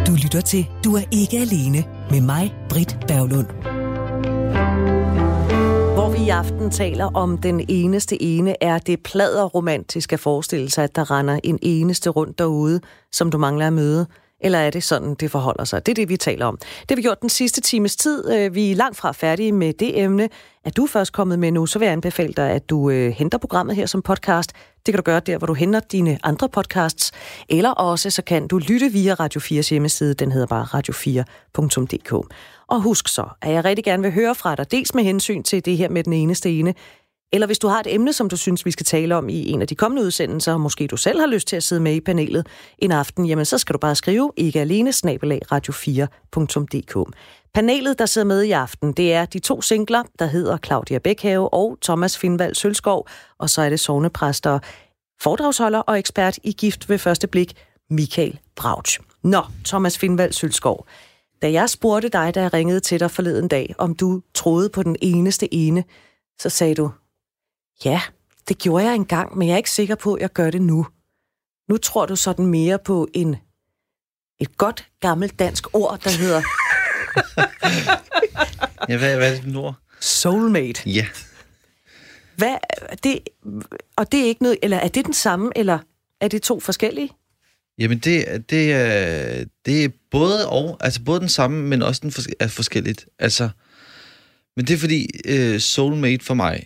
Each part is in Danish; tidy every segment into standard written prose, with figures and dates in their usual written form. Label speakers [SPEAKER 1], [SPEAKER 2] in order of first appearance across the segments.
[SPEAKER 1] Du lytter til Du er ikke alene med mig, Britt Berglund. Hvor vi i aften taler om den eneste ene, er det pladderromantisk at forestille sig, at der render en eneste rundt derude, som du mangler at møde. Eller er det sådan, det forholder sig? Det er det, vi taler om. Det har vi gjort den sidste times tid. Vi er langt fra færdige med det emne. Er du først kommet med nu, så vil jeg anbefale dig, at du henter programmet her som podcast. Det kan du gøre der, hvor du henter dine andre podcasts. Eller også, så kan du lytte via Radio 4's hjemmeside. Den hedder bare radio4.dk. Og husk så, at jeg rigtig gerne vil høre fra dig, dels med hensyn til det her med den eneste ene, eller hvis du har et emne, som du synes, vi skal tale om i en af de kommende udsendelser, og måske du selv har lyst til at sidde med i panelet en aften, jamen så skal du bare skrive ikkealene@radio4.dk. Panelet, der sidder med i aften, det er de to singler, der hedder Claudia Bækhave og Thomas Findvald Sølskov, og så er det sognepræster, foredragsholder og ekspert i Gift ved første blik, Michael Brauch. Nå, Thomas Findvald Sølskov. Da jeg spurgte dig, da jeg ringede til dig forleden dag, om du troede på den eneste ene, så sagde du, ja, det gjorde jeg engang, men jeg er ikke sikker på, at jeg gør det nu. Nu tror du sådan mere på et godt gammelt dansk ord, der hedder...
[SPEAKER 2] Ja, hvad er det for et ord?
[SPEAKER 1] Soulmate.
[SPEAKER 2] Ja.
[SPEAKER 1] Hvad, og det er ikke noget, eller er det den samme, eller er det to forskellige?
[SPEAKER 2] Jamen, det er både og, altså både den samme, men også er forskelligt. Altså, men det er fordi, soulmate for mig,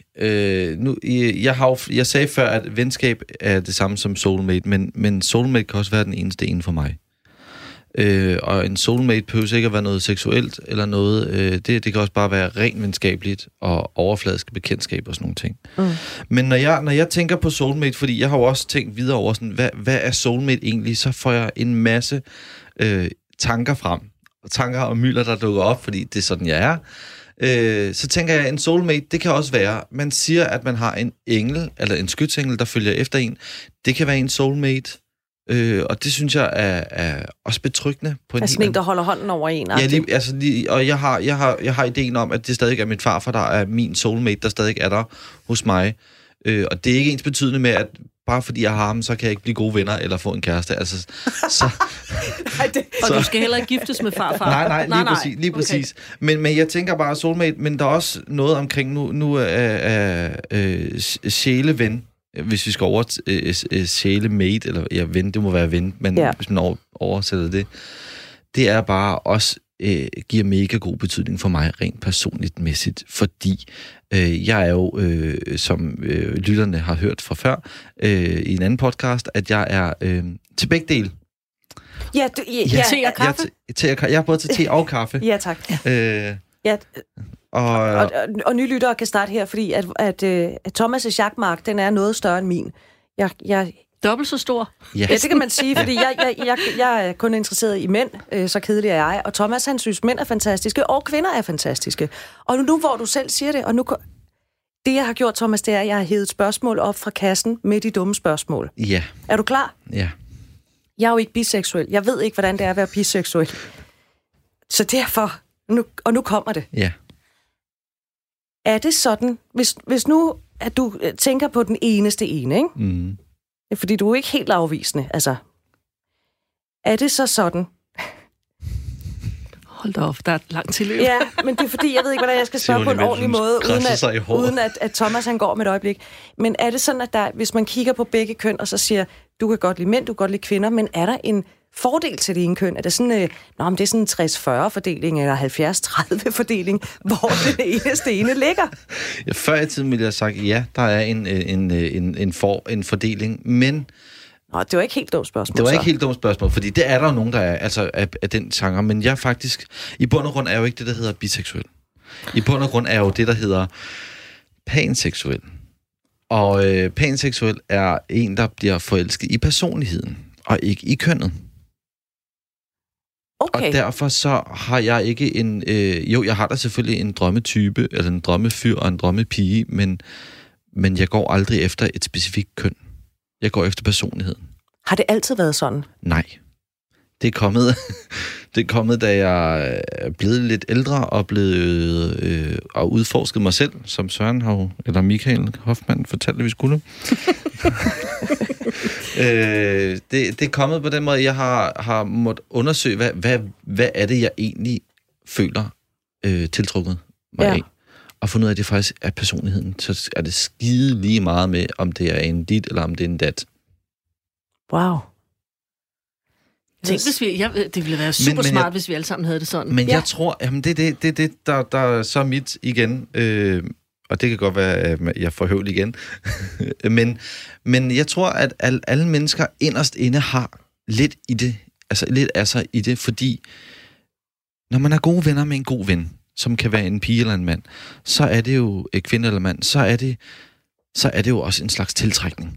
[SPEAKER 2] jeg sagde før, at venskab er det samme som soulmate, men soulmate kan også være den eneste ene for mig. Og en soulmate behøver ikke at være noget seksuelt, eller noget, det kan også bare være rent venskabeligt, og overfladiske bekendtskab og sådan nogle ting. Men når jeg tænker på soulmate, fordi jeg har jo også tænkt videre over, sådan, hvad er soulmate egentlig, så får jeg en masse tanker frem, og tanker og mylder, der dukker op, fordi det er sådan, jeg er. Så tænker jeg, en soulmate, det kan også være, man siger, at man har en engel, eller en skytsengel, der følger efter en. Det kan være en soulmate, og det synes jeg er også betryggende. På
[SPEAKER 1] altså en, der holder hånden over en.
[SPEAKER 2] Ja, og jeg har ideen om, at det stadig er min farfar, der er min soulmate, der stadig er der hos mig. Og det er ikke ens betydende med, at bare fordi jeg har ham, så kan jeg ikke blive gode venner eller få en kæreste. Altså, så,
[SPEAKER 3] og du skal heller ikke giftes med farfar.
[SPEAKER 2] Nej, lige præcis. Okay. Men jeg tænker bare soulmate, men der er også noget omkring nu er sjæleven, hvis vi skal sjælemate, eller ja, ven, det må være ven, men hvis man oversætter det, det er bare også giver mega god betydning for mig rent personligt mæssigt, fordi jeg er jo, som lytterne har hørt fra før, i en anden podcast, at jeg er til begge dele.
[SPEAKER 1] Ja, te og kaffe?
[SPEAKER 2] Jeg er både til te og kaffe.
[SPEAKER 1] Ja, tak. Og nye lyttere kan starte her, fordi at Thomas' jagtmark, den er noget større end min.
[SPEAKER 3] Dobbelt så stor.
[SPEAKER 1] Ja, det kan man sige, fordi jeg er kun interesseret i mænd, så kedelig er jeg. Og Thomas, han synes, mænd er fantastiske, og kvinder er fantastiske. Og nu, hvor du selv siger det, og nu... Det, jeg har gjort, Thomas, det er, at jeg har hævet spørgsmål op fra kassen med de dumme spørgsmål.
[SPEAKER 2] Ja.
[SPEAKER 1] Er du klar?
[SPEAKER 2] Ja.
[SPEAKER 1] Jeg er jo ikke biseksuel. Jeg ved ikke, hvordan det er at være biseksuel. Så derfor... Nu kommer det.
[SPEAKER 2] Ja.
[SPEAKER 1] Er det sådan, hvis nu, at du tænker på den eneste ene, ikke?
[SPEAKER 2] Mm.
[SPEAKER 1] Fordi du er ikke helt afvisende, altså. Er det så sådan?
[SPEAKER 3] Hold da op, der er et langt tilløb.
[SPEAKER 1] Ja, men det er fordi, jeg ved ikke, hvordan jeg skal spørge på en ordentlig måde, uden at Thomas han går med et øjeblik. Men er det sådan, at hvis man kigger på begge køn, og så siger, du kan godt lide mænd, du kan godt lide kvinder, men er der en fordel til det ene køn? Er det sådan, det er sådan en 60-40-fordeling, eller 70-30-fordeling, hvor den eneste ene ligger?
[SPEAKER 2] Ja, før i tiden ville jeg have sagt, ja, der er en fordeling, men...
[SPEAKER 1] Nå, det var ikke helt dumt spørgsmål.
[SPEAKER 2] Det var ikke helt dumt spørgsmål, fordi det er der jo nogen, der er altså af den genre, men jeg faktisk... I bund og grund er jo ikke det, der hedder biseksuel. I bund og grund er jo det, der hedder panseksuel. Og panseksuel er en, der bliver forelsket i personligheden, og ikke i kønnet.
[SPEAKER 1] Okay.
[SPEAKER 2] Og derfor så har jeg ikke en... jeg har da selvfølgelig en drømmetype, eller en drømmefyr og en drømmepige, men jeg går aldrig efter et specifikt køn. Jeg går efter personligheden.
[SPEAKER 1] Har det altid været sådan?
[SPEAKER 2] Nej. Det Det er kommet, da jeg er blevet lidt ældre og blevet og udforsket mig selv, som Søren har, eller Michael Hoffmann fortalte, vi skulle. Det er kommet på den måde, jeg har måttet undersøge, hvad er det, jeg egentlig føler tiltrukket mig af. Og fundet ud af, at det faktisk er personligheden. Så er det skide lige meget med, om det er en dit, eller om det er en dat.
[SPEAKER 1] Wow.
[SPEAKER 3] Tænk, hvis det ville være super smart, hvis vi alle sammen havde det sådan.
[SPEAKER 2] Men jeg tror, jamen det er det, der er så mit igen. Og det kan godt være, at jeg får høvl igen. men jeg tror, at alle mennesker inderst inde har lidt i det. Altså lidt af sig i det, fordi når man er gode venner med en god ven, som kan være en pige eller en mand, så er det jo en kvinde eller mand, så er det jo også en slags tiltrækning.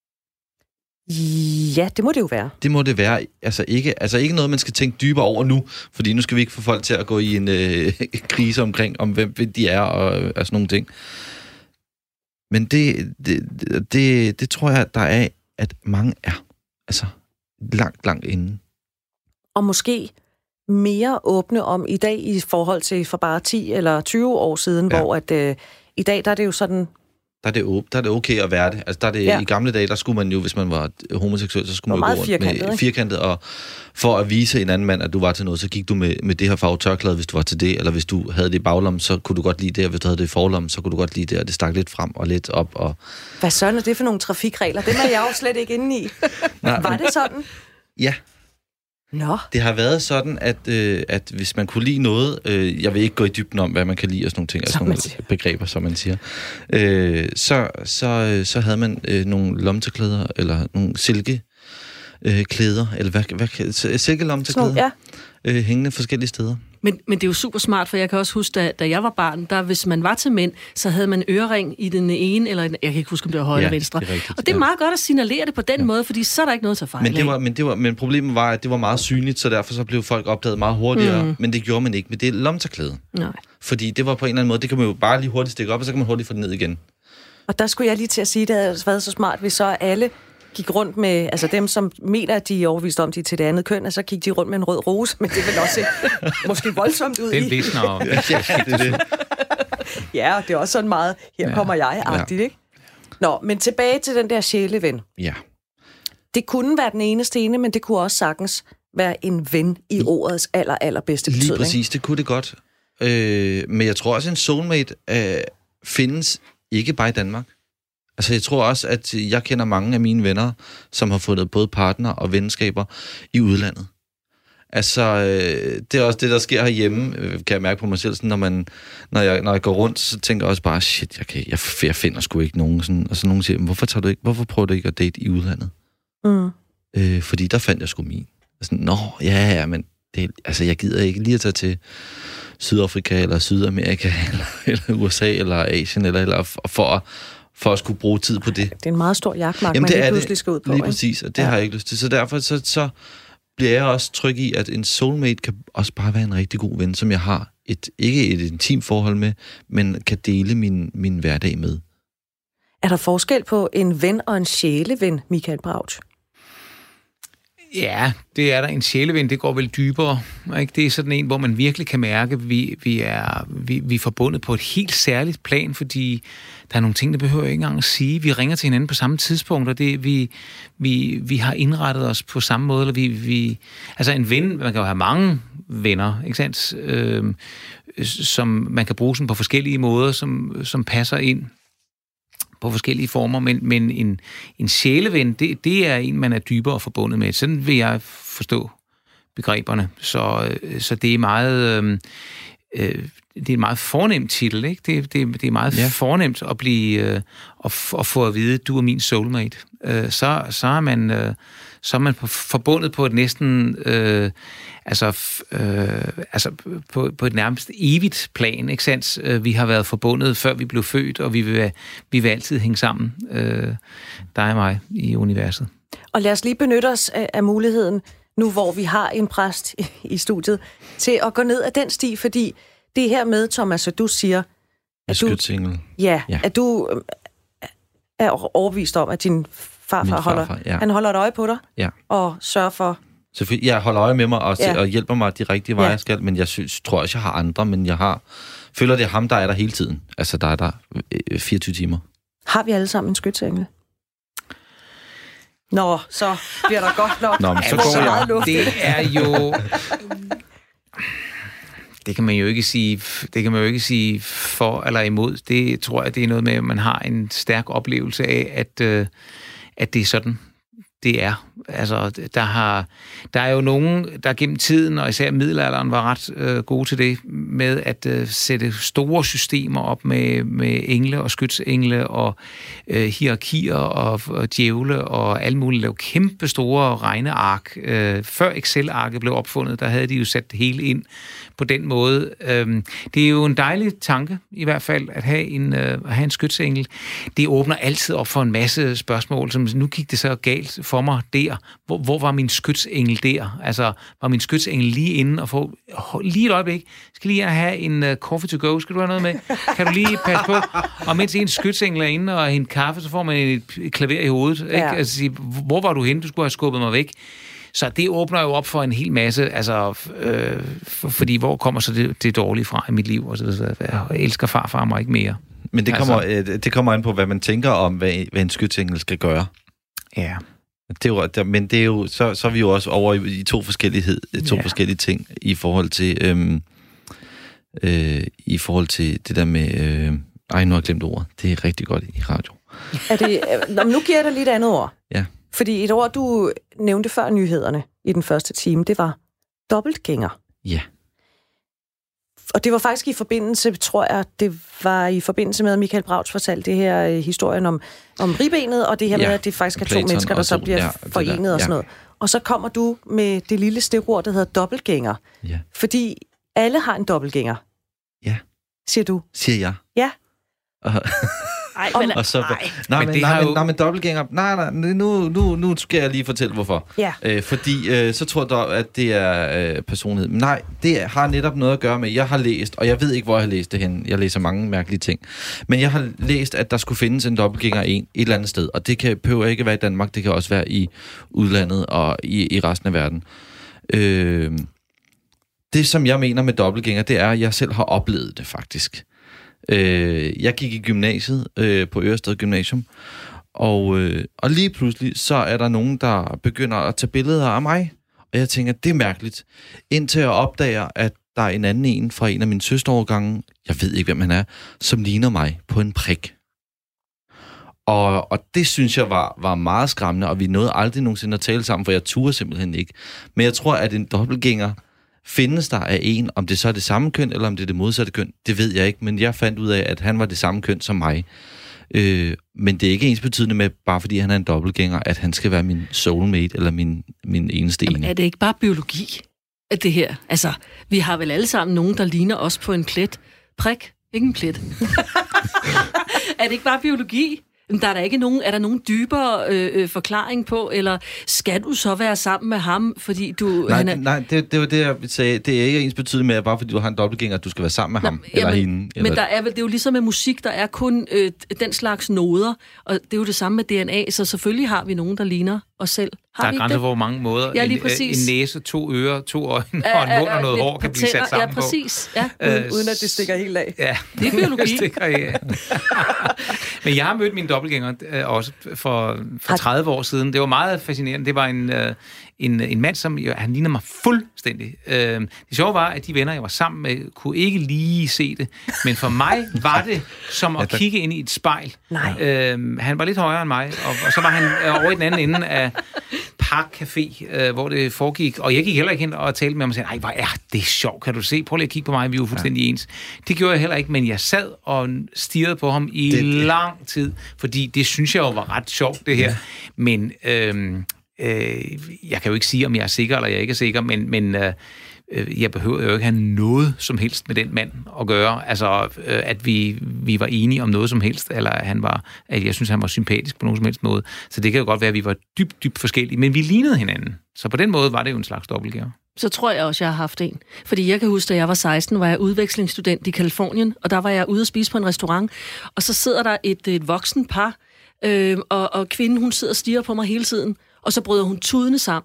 [SPEAKER 1] Ja, det må det jo være. Det
[SPEAKER 2] må det være. Altså ikke noget, man skal tænke dybere over nu, fordi nu skal vi ikke få folk til at gå i en krise omkring, om hvem de er og sådan nogle ting. Men det tror jeg, der er, at mange er. Altså langt inden. Og
[SPEAKER 1] måske mere åbne om i dag i forhold til for bare 10 eller 20 år siden, hvor at i dag, der er det jo sådan...
[SPEAKER 2] Der er det okay at være det. Altså, der er det, i gamle dage, der skulle man jo, hvis man var homoseksuel, så skulle man gå rundt med firkantet, og for at vise en anden mand, at du var til noget, så gik du med det her farvetørklæde, hvis du var til det, eller hvis du havde det i baglommen, så kunne du godt lide det, og hvis du havde det i forlommen, så kunne du godt lide det, og det stak lidt frem og lidt op. Og...
[SPEAKER 1] Hvad søren er det for nogle trafikregler? Det er jeg jo slet ikke inde i. Var det sådan?
[SPEAKER 2] Ja.
[SPEAKER 1] Nå.
[SPEAKER 2] Det har været sådan, at hvis man kunne lide noget, jeg vil ikke gå i dybden om, hvad man kan lide og sådan nogle ting, og sådan nogle begreber, som man siger, så havde man nogle lomteklæder, eller nogle silkeklæder, eller silkelomteklæder, hængende forskellige steder.
[SPEAKER 3] Men det er jo super smart, for jeg kan også huske, da jeg var barn, der hvis man var til mænd, så havde man ørering i den ene, eller jeg kan ikke huske, om det var højre eller venstre. Og det er meget godt at signalere det på den måde, fordi så er der ikke noget til fejl.
[SPEAKER 2] Men problemet var, at det var meget synligt, så derfor så blev folk opdaget meget hurtigere, men det gjorde man ikke med det lomteklæde. Nej. Fordi det var på en eller anden måde, det kan man jo bare lige hurtigt stikke op, og så kan man hurtigt få det ned igen.
[SPEAKER 1] Og der skulle jeg lige til at sige, det havde været så smart, hvis så alle gik rundt med, altså dem, som mener, at de er overbevist om, de er til det andet køn, og så gik de rundt med en rød rose, men det vil også se måske voldsomt ud i.
[SPEAKER 4] Det er det.
[SPEAKER 1] Ja, det er også sådan meget, her kommer jeg-agtigt, ikke? Nå, men tilbage til den der sjæleven.
[SPEAKER 2] Ja.
[SPEAKER 1] Det kunne være den eneste ene, men det kunne også sagtens være en ven i ordets allerbedste betydning.
[SPEAKER 2] Lige præcis, det kunne det godt. Men jeg tror også, en soulmate findes ikke bare i Danmark. Altså, jeg tror også, at jeg kender mange af mine venner, som har fundet både partner og venskaber i udlandet. Altså, det er også det, der sker herhjemme, kan jeg mærke på mig selv. Sådan, når jeg går rundt, så tænker jeg også bare, shit, jeg finder sgu ikke nogen. Sådan, og så nogen siger, hvorfor prøver du ikke at date i udlandet? Fordi der fandt jeg sgu min. Sådan, men jeg gider ikke lige at tage til Sydafrika, eller Sydamerika, eller USA, eller Asien, eller for at skulle bruge tid på det.
[SPEAKER 1] Det er en meget stor jagtmark, man lige pludselig skal ud på.
[SPEAKER 2] Lige præcis, og det har jeg ikke lyst til. Så derfor så bliver jeg også tryg i, at en soulmate kan også bare være en rigtig god ven, som jeg har ikke et intimt forhold med, men kan dele min hverdag med.
[SPEAKER 1] Er der forskel på en ven og en sjæleven, Michael Braut?
[SPEAKER 4] Ja, det er der. En sjæleven, det går vel dybere. Ikke? Det er sådan en, hvor man virkelig kan mærke, at vi er forbundet på et helt særligt plan, fordi der er nogle ting, der behøver jeg ikke engang at sige. Vi ringer til hinanden på samme tidspunkt, og vi har indrettet os på samme måde. Eller altså en ven, man kan jo have mange venner, ikke sandt? Som man kan bruge sådan på forskellige måder, som passer ind på forskellige former, men en sjæleven, det er en, man er dybere forbundet med. Sådan vil jeg forstå begreberne. Så det er meget... det er en meget fornemt titel, ikke? Det er meget fornemt at blive at få at vide, du er min soulmate. Så er man forbundet på et næsten på et nærmest evigt plan, ikke sandt? Vi har været forbundet før vi blev født, og vi vil altid hænge sammen, dig og mig i universet.
[SPEAKER 1] Og lad os lige benytte os af muligheden nu, hvor vi har en præst i studiet, til at gå ned ad den sti, fordi det her med, Thomas, at du siger, at at du er overbevist om, at din farfar han holder et øje på dig, og sørger for
[SPEAKER 2] Selvfølgelig. Jeg holder øje med mig og hjælper mig de rigtige veje, jeg skal, men jeg tror også, jeg har andre, men føler, det er ham, der er der hele tiden. Altså, der er der 24 timer.
[SPEAKER 1] Har vi alle sammen en skytsengle? Nå, så bliver der godt nok.
[SPEAKER 2] Nå, men så går jeg.
[SPEAKER 4] Det er jo... Det kan man jo ikke sige for eller imod. Det tror jeg, det er noget med, at man har en stærk oplevelse af, at det er sådan, det er. Altså, der er jo nogen, der gennem tiden, og især middelalderen, var ret gode til det, med at sætte store systemer op med engle og skytsengle og hierarkier og djævle og alt muligt. Lave kæmpe store regneark. Før Excel-arket blev opfundet, der havde de jo sat det hele ind på den måde. Det er jo en dejlig tanke, i hvert fald, at have en skytsengel. Det åbner altid op for en masse spørgsmål, som nu gik det så galt for mig der. Hvor var min skytsengel der? Altså, var min skytsengel lige inde og få... Lige et øjeblik. Skal lige have en coffee to go? Skal du have noget med? Kan du lige passe på? Og mens en skytsengel er inde og hente kaffe, så får man et klaver i hovedet. Ikke? Altså, sige, hvor var du henne? Du skulle have skubbet mig væk. Så det åbner jo op for en hel masse, altså, fordi hvor kommer så det dårlige fra i mit liv? Og så, jeg elsker farfar mig ikke mere.
[SPEAKER 2] Men det kommer an på, hvad man tænker om, hvad en skytsengel skal gøre.
[SPEAKER 4] Ja.
[SPEAKER 2] Men det er jo, så er vi jo også over i to forskellige ting i forhold til det der med... nu har jeg glemt ordet. Det er rigtig godt i radio.
[SPEAKER 1] Nu giver jeg dig lige et andet ord.
[SPEAKER 2] Ja.
[SPEAKER 1] Fordi et ord, du nævnte før nyhederne i den første time, det var dobbeltgænger.
[SPEAKER 2] Ja.
[SPEAKER 1] Og det var faktisk i forbindelse, tror jeg, med, at Michael Brauts fortalte det her historien om ribbenet, og det her med, at det faktisk er to mennesker, der så bliver forenet og sådan noget. Og så kommer du med det lille stikord, der hedder dobbeltgænger.
[SPEAKER 2] Ja.
[SPEAKER 1] Fordi alle har en dobbeltgænger.
[SPEAKER 2] Ja.
[SPEAKER 1] Siger du?
[SPEAKER 2] Siger jeg.
[SPEAKER 1] Ja.
[SPEAKER 2] Men dobbeltgænger. Nej, nu skal jeg lige fortælle hvorfor.
[SPEAKER 1] Ja.
[SPEAKER 2] Fordi så tror jeg, at det er personlighed. Men nej, det har netop noget at gøre med, jeg har læst, og jeg ved ikke, hvor jeg har læst det hen. Jeg læser mange mærkelige ting. Men jeg har læst, at der skulle findes en dobbeltgænger et eller andet sted. Og det behøver ikke være i Danmark, det kan også være i udlandet og i resten af verden. Det, som jeg mener med dobbeltgænger, det er, at jeg selv har oplevet det faktisk. Jeg gik i gymnasiet på Ørested Gymnasium, og lige pludselig så er der nogen, der begynder at tage billeder af mig, og jeg tænker, det er mærkeligt, indtil jeg opdager, at der er en anden en fra en af mine søsterårgange, jeg ved ikke, hvem han er, som ligner mig på en prik. Og det synes jeg var meget skræmmende, og vi nåede aldrig nogensinde at tale sammen, for jeg turde simpelthen ikke. Men jeg tror, at en dobbeltgænger findes der af en, om det så er det samme køn, eller om det er det modsatte køn, det ved jeg ikke, men jeg fandt ud af, at han var det samme køn som mig. Men det er ikke ensbetydende med, bare fordi han er en dobbeltgænger, at han skal være min soulmate, eller min eneste ene.
[SPEAKER 3] Er det ikke bare biologi, at det her? Altså, vi har vel alle sammen nogen, der ligner os på en plet. Prik, ikke en plet. Er det ikke bare biologi? Der er der ikke nogen, er der nogen dybere forklaring på, eller skal du så være sammen med ham, fordi du...
[SPEAKER 2] Nej, det var det, jeg sagde. Det er ikke ens betydende med, at bare fordi du har en dobbeltgænger, at du skal være sammen med ham eller hende. Eller...
[SPEAKER 3] Men det er jo ligesom med musik, der er kun den slags noder, og det er jo det samme med DNA, så selvfølgelig har vi nogen, der ligner os selv.
[SPEAKER 4] Der er grænser for mange måder.
[SPEAKER 3] Ja,
[SPEAKER 4] en næse, 2 ører, 2 øjne og en mund og noget hår kan blive sat sammen på.
[SPEAKER 3] Ja, præcis. Ja.
[SPEAKER 1] Uden at det stikker helt af.
[SPEAKER 4] Ja,
[SPEAKER 3] det er biologi.
[SPEAKER 4] Men jeg har mødt min dobbeltgænger også for 30 år siden. Det var meget fascinerende. Det var en mand, som han ligner mig fuldstændig. Det sjove var, at de venner, jeg var sammen med, kunne ikke lige se det. Men for mig var det som at kigge ind i et spejl. Han var lidt højere end mig, og så var han over i den anden ende af Park Café, hvor det foregik. Og jeg gik heller ikke hen og talte med ham og sagde, nej, hvor er det sjovt, kan du se? Prøv lige at kigge på mig, vi er jo fuldstændig ens. Det gjorde jeg heller ikke, men jeg sad og stirrede på ham i lang tid, fordi det synes jeg jo var ret sjovt, det her. Men jeg kan jo ikke sige, om jeg er sikker, eller jeg ikke er sikker, men jeg behøver jo ikke have noget som helst med den mand at gøre. Altså, at vi var enige om noget som helst, eller at jeg synes, han var sympatisk på nogen som helst måde. Så det kan jo godt være, at vi var dybt forskellige, men vi lignede hinanden. Så på den måde var det jo en slags dobbeltgænger.
[SPEAKER 3] Så tror jeg også, jeg har haft en. Fordi jeg kan huske, da jeg var 16, var jeg udvekslingsstudent i Californien, og der var jeg ude at spise på en restaurant, og så sidder der et voksen par, og kvinden, hun sidder og stirrer på mig hele tiden, og så bryder hun tudene sammen.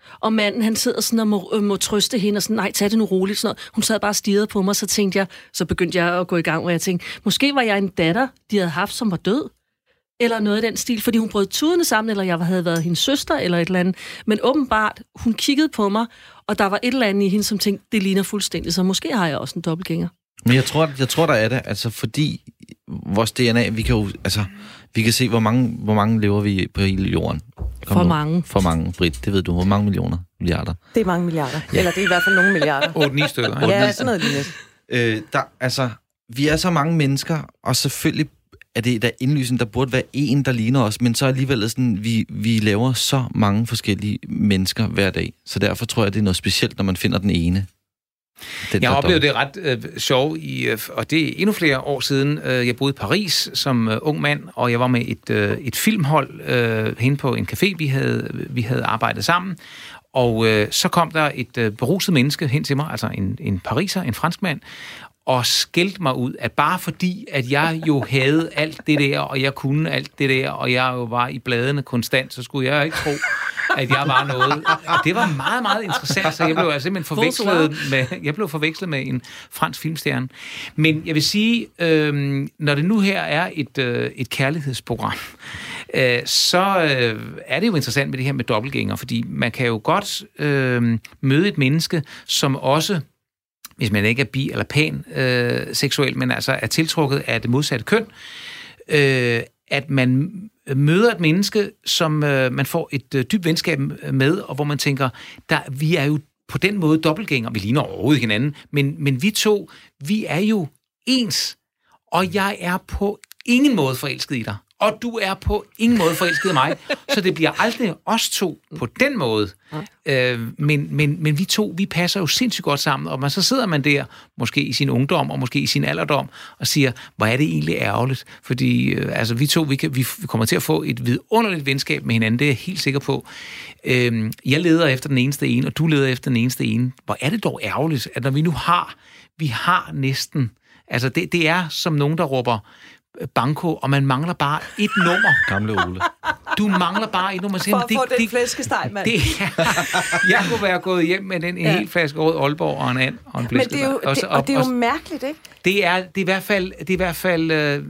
[SPEAKER 3] Og manden, han sidder sådan og må trøste hende, og sådan, nej, tag det nu roligt. Sådan noget. Hun sad bare og stirrede på mig, så begyndte jeg at gå i gang, og jeg tænkte, måske var jeg en datter, de havde haft, som var død. Eller noget i den stil, fordi hun brød tudene sammen, eller jeg havde været hendes søster, eller et eller andet. Men åbenbart, hun kiggede på mig, og der var et eller andet i hende, som tænkte, det ligner fuldstændig, så måske har jeg også en dobbeltgænger.
[SPEAKER 2] Men jeg tror der er det, altså fordi vores DNA, vi kan se, hvor mange lever vi på hele jorden. For mange, Britt, det ved du. Hvor mange millioner? Milliarder?
[SPEAKER 1] Det er mange milliarder. Ja. Eller det er i hvert fald nogle milliarder.
[SPEAKER 4] 8-9 stykker.
[SPEAKER 1] Ja, sådan noget lignende.
[SPEAKER 2] Vi er så mange mennesker, og selvfølgelig er det der indlysende, der burde være en, der ligner os, men så alligevel sådan, vi laver så mange forskellige mennesker hver dag. Så derfor tror jeg, det er noget specielt, når man finder den ene.
[SPEAKER 4] Jeg oplevede det ret sjovt, og det er endnu flere år siden. Jeg boede i Paris som ung mand, og jeg var med et filmhold hen på en café, vi havde arbejdet sammen. Og så kom der et beruset menneske hen til mig, altså en pariser, en franskmand, og skældte mig ud, at bare fordi, at jeg jo havde alt det der, og jeg kunne alt det der, og jeg jo var i bladene konstant, så skulle jeg ikke tro, at jeg var noget. Det var meget, meget interessant, så jeg blev altså simpelthen forvekslet med en fransk filmstjerne. Men jeg vil sige, når det nu her er et kærlighedsprogram, så er det jo interessant med det her med dobbeltgænger, fordi man kan jo godt møde et menneske, som også, hvis man ikke er bi eller pan seksuel, men altså er tiltrukket af det modsatte køn, at man møder et menneske, som man får et dybt venskab med, og hvor man tænker, vi er jo på den måde dobbeltgængere, vi ligner overhovedet hinanden, men vi to, vi er jo ens, og jeg er på ingen måde forelsket i dig, og du er på ingen måde forelsket i mig, så det bliver aldrig os to på den måde. Men vi to, vi passer jo sindssygt godt sammen, og så sidder man der, måske i sin ungdom, og måske i sin alderdom, og siger, hvor er det egentlig ærgerligt, fordi vi to, vi kommer til at få et vidunderligt venskab med hinanden, det er jeg helt sikker på. Jeg leder efter den eneste ene, og du leder efter den eneste ene. Hvor er det dog ærgerligt, at når vi har næsten, altså det er som nogen, der råber banko, og man mangler bare et nummer.
[SPEAKER 2] Gamle Ole.
[SPEAKER 4] Du mangler bare et nummer.
[SPEAKER 1] For at få den flæskesteg, mand.
[SPEAKER 4] Jeg kunne være gået hjem med en hel flaske rød Aalborg og en and og en flæskesteg.
[SPEAKER 1] Men det er jo mærkeligt, ikke?
[SPEAKER 4] Det er i hvert fald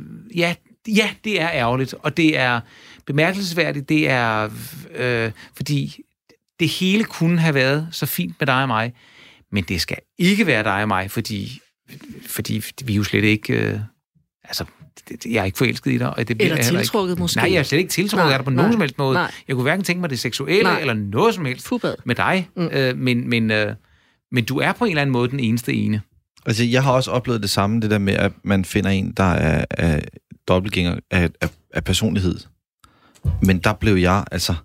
[SPEAKER 4] det er ærgerligt, og det er bemærkelsesværdigt, det er fordi det hele kunne have været så fint med dig og mig, men det skal ikke være dig og mig, fordi vi jo slet ikke jeg er ikke forelsket i dig. Og det
[SPEAKER 3] eller tiltrukket ikke. Måske.
[SPEAKER 4] Nej, jeg er slet ikke tiltrukket af dig på nogen som helst måde.
[SPEAKER 3] Nej.
[SPEAKER 4] Jeg kunne hverken tænke mig det seksuelle eller noget som helst med dig. Men du er på en eller anden måde den eneste ene.
[SPEAKER 2] Altså, jeg har også oplevet det samme, det der med, at man finder en, der er dobbeltgænger af personlighed. Men der blev jeg,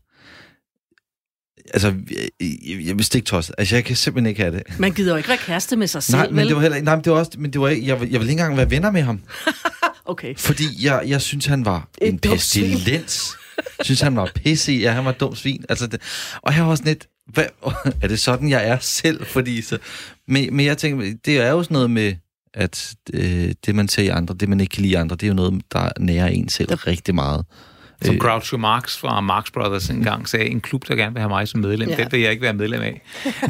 [SPEAKER 2] jeg vidste ikke tosset. Altså, jeg kan simpelthen ikke have det.
[SPEAKER 3] Man gider jo ikke være kæreste med sig selv,
[SPEAKER 2] vel? Jeg ville ikke engang være venner med ham.
[SPEAKER 3] Okay.
[SPEAKER 2] Fordi jeg synes, han var en pestilens. Jeg synes, han var pisse. Ja, han var dum svin. Og jeg var sådan lidt, er det sådan, jeg er selv? Fordi men jeg tænker, det er jo sådan noget med, at det, man ser i andre, det, man ikke kan lide andre, det er jo noget, der nærer en selv rigtig meget.
[SPEAKER 4] Som Groucho Marx fra Marx Brothers engang sagde, en klub, der gerne vil have mig som medlem, den vil jeg ikke være medlem af.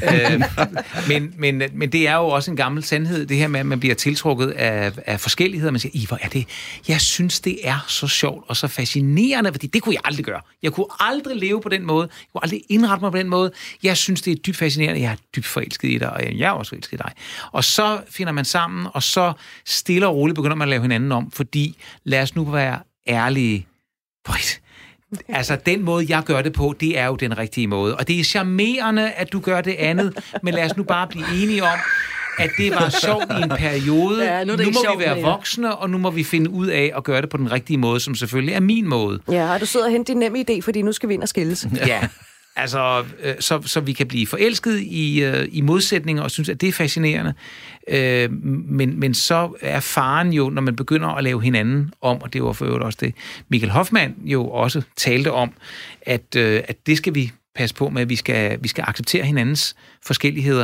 [SPEAKER 4] Men det er jo også en gammel sandhed, det her med, at man bliver tiltrukket af forskelligheder. Man siger, hvor er det? Jeg synes, det er så sjovt og så fascinerende, fordi det kunne jeg aldrig gøre. Jeg kunne aldrig leve på den måde. Jeg kunne aldrig indrette mig på den måde. Jeg synes, det er dybt fascinerende. Jeg er dybt forelsket i dig, og jeg er også forelsket i dig. Og så finder man sammen, og så stille og roligt begynder man at lave hinanden om, fordi lad os nu være ærlige. Altså, den måde, jeg gør det på, det er jo den rigtige måde. Og det er charmerende, at du gør det andet, men lad os nu bare blive enige om, at det var sjovt i en periode. Ja, nu må vi være voksne, og nu må vi finde ud af at gøre det på den rigtige måde, som selvfølgelig er min måde. Ja,
[SPEAKER 1] og du sidder og henter din nemme idé, fordi nu skal vi ind og skilles.
[SPEAKER 4] Ja, altså, så vi kan blive forelsket i modsætninger og synes, at det er fascinerende. Men så er faren jo, når man begynder at lave hinanden om, og det var for øvrigt også det, Michael Hoffmann jo også talte om, at det skal vi passe på med, at vi skal acceptere hinandens forskelligheder,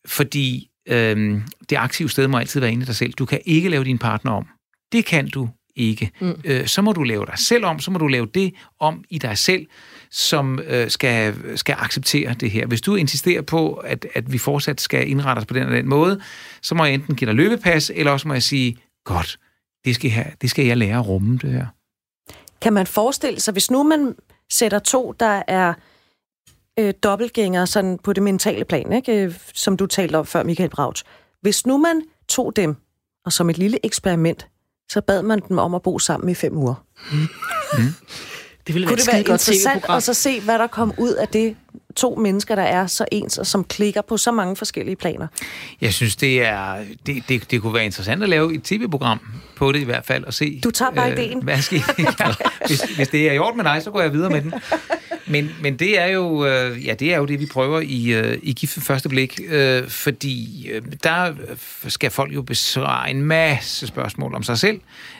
[SPEAKER 4] fordi det aktive sted må altid være inde i dig selv. Du kan ikke lave din partner om. Det kan du ikke. Så må du lave dig selv om, så må du lave det om i dig selv, som skal acceptere det her. Hvis du insisterer på, at vi fortsat skal indrette os på den og den måde, så må jeg enten give dig løbepas, eller også må jeg sige, godt, det skal jeg lære at rumme, det her.
[SPEAKER 1] Kan man forestille sig, hvis nu man sætter to, der er dobbeltgængere sådan på det mentale plan, ikke? Som du talte om før, Michael Brautsch. Hvis nu man tog dem, og som et lille eksperiment, så bad man dem om at bo sammen i 5 uger.
[SPEAKER 3] Det ville
[SPEAKER 1] kunne det være interessant at så se, hvad der kom ud af det 2 mennesker, der er så ens, og som klikker på så mange forskellige planer?
[SPEAKER 4] Jeg synes, det kunne være interessant at lave et tv-program på det i hvert fald, og se...
[SPEAKER 1] Du tager bare ideen.
[SPEAKER 4] Hvad sker? Hvis det er i orden med dig, så går jeg videre med den. Men det er jo det, vi prøver i Gift ved første blik, fordi der skal folk jo besvare en masse spørgsmål om sig selv,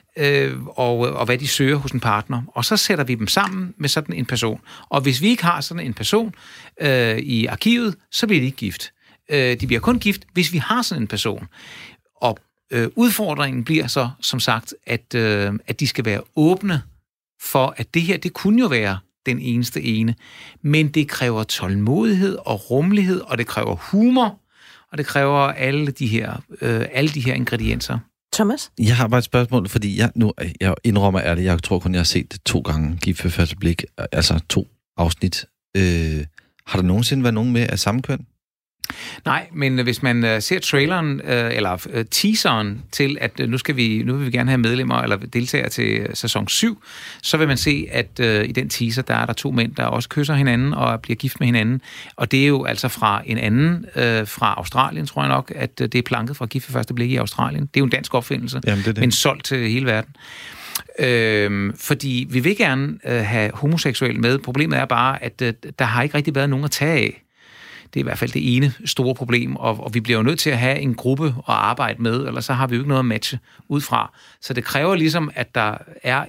[SPEAKER 4] og hvad de søger hos en partner. Og så sætter vi dem sammen med sådan en person. Og hvis vi ikke har sådan en person i arkivet, så bliver de ikke gift. De bliver kun gift, hvis vi har sådan en person. Og udfordringen bliver så, som sagt, at de skal være åbne for, at det her, det kunne jo være den eneste ene. Men det kræver tålmodighed og rummelighed, og det kræver humor, og det kræver alle de her ingredienser.
[SPEAKER 1] Thomas?
[SPEAKER 2] Jeg har bare et spørgsmål, fordi jeg indrømmer ærligt, jeg tror kun, jeg har set det 2 gange, Gift ved første blik, altså 2 afsnit. Har der nogensinde været nogen med af samme køn?
[SPEAKER 4] Nej, men hvis man ser traileren, eller teaseren til, at nu vil vi gerne have medlemmer eller deltagere til sæson 7, så vil man se, at i den teaser, der er der 2 mænd, der også kysser hinanden og bliver gift med hinanden. Og det er jo altså fra en anden, fra Australien, tror jeg nok, at det er planket fra Gift ved første blik i Australien. Det er jo en dansk opfindelse, men solgt til hele verden. Fordi vi vil gerne have homoseksuelle med. Problemet er bare, at der har ikke rigtig været nogen at tage af. Det er i hvert fald det ene store problem, og vi bliver jo nødt til at have en gruppe at arbejde med, ellers så har vi jo ikke noget at matche ud fra. Så det kræver ligesom, at der er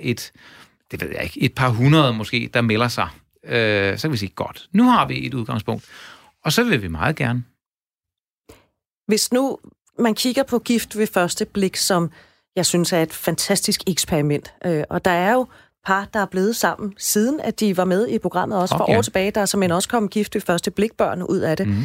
[SPEAKER 4] et par hundrede måske, der melder sig. Så kan vi sige, godt, nu har vi et udgangspunkt, og så vil vi meget gerne.
[SPEAKER 1] Hvis nu man kigger på Gift ved første blik, som jeg synes er et fantastisk eksperiment, og der er jo par, der er blevet sammen, siden at de var med i programmet, også for år tilbage. Der er som en også kommet Gift ved første blik-børn ud af det.